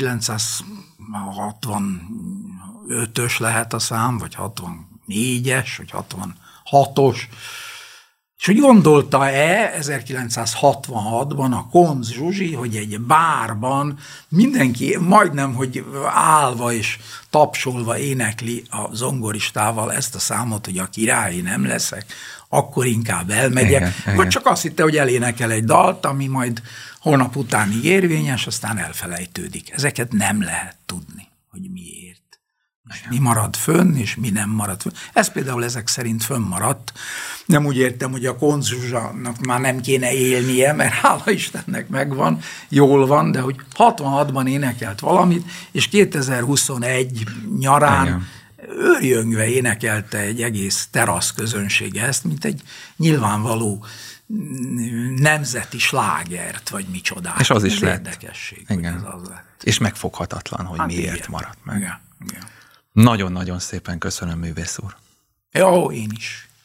ezerkilencszázhatvanötös lehet a szám, vagy hatvannégyes, vagy hatvanhatos, és hogy gondolta-e ezerkilencszázhatvanhatban a Konz Zsuzsi, hogy egy bárban mindenki majdnem, hogy állva és tapsolva énekli a zongoristával ezt a számot, hogy a király nem leszek, akkor inkább elmegyek. Igen, vagy igen. Csak azt hitte, hogy elénekel egy dalt, ami majd holnap utánig érvényes, aztán elfelejtődik. Ezeket nem lehet tudni, hogy miért. Mi marad fönn, és mi nem marad fönn. Ez például ezek szerint fönnmaradt. Nem úgy értem, hogy a Konz Zsuzsának már nem kéne élnie, mert hála Istennek megvan, jól van, de hogy hatvanhatban énekelt valamit, és kétezer-huszonegy nyarán igen. őrjöngve énekelte egy egész terasz közönség ezt, mint egy nyilvánvaló nemzeti slágert, vagy micsodát. És az is ez lett. Érdekesség. Igen. Ez az lett. És megfoghatatlan, hogy hát miért igen. maradt meg. Igen. Igen. Nagyon-nagyon szépen köszönöm, művész úr. Jó, én is.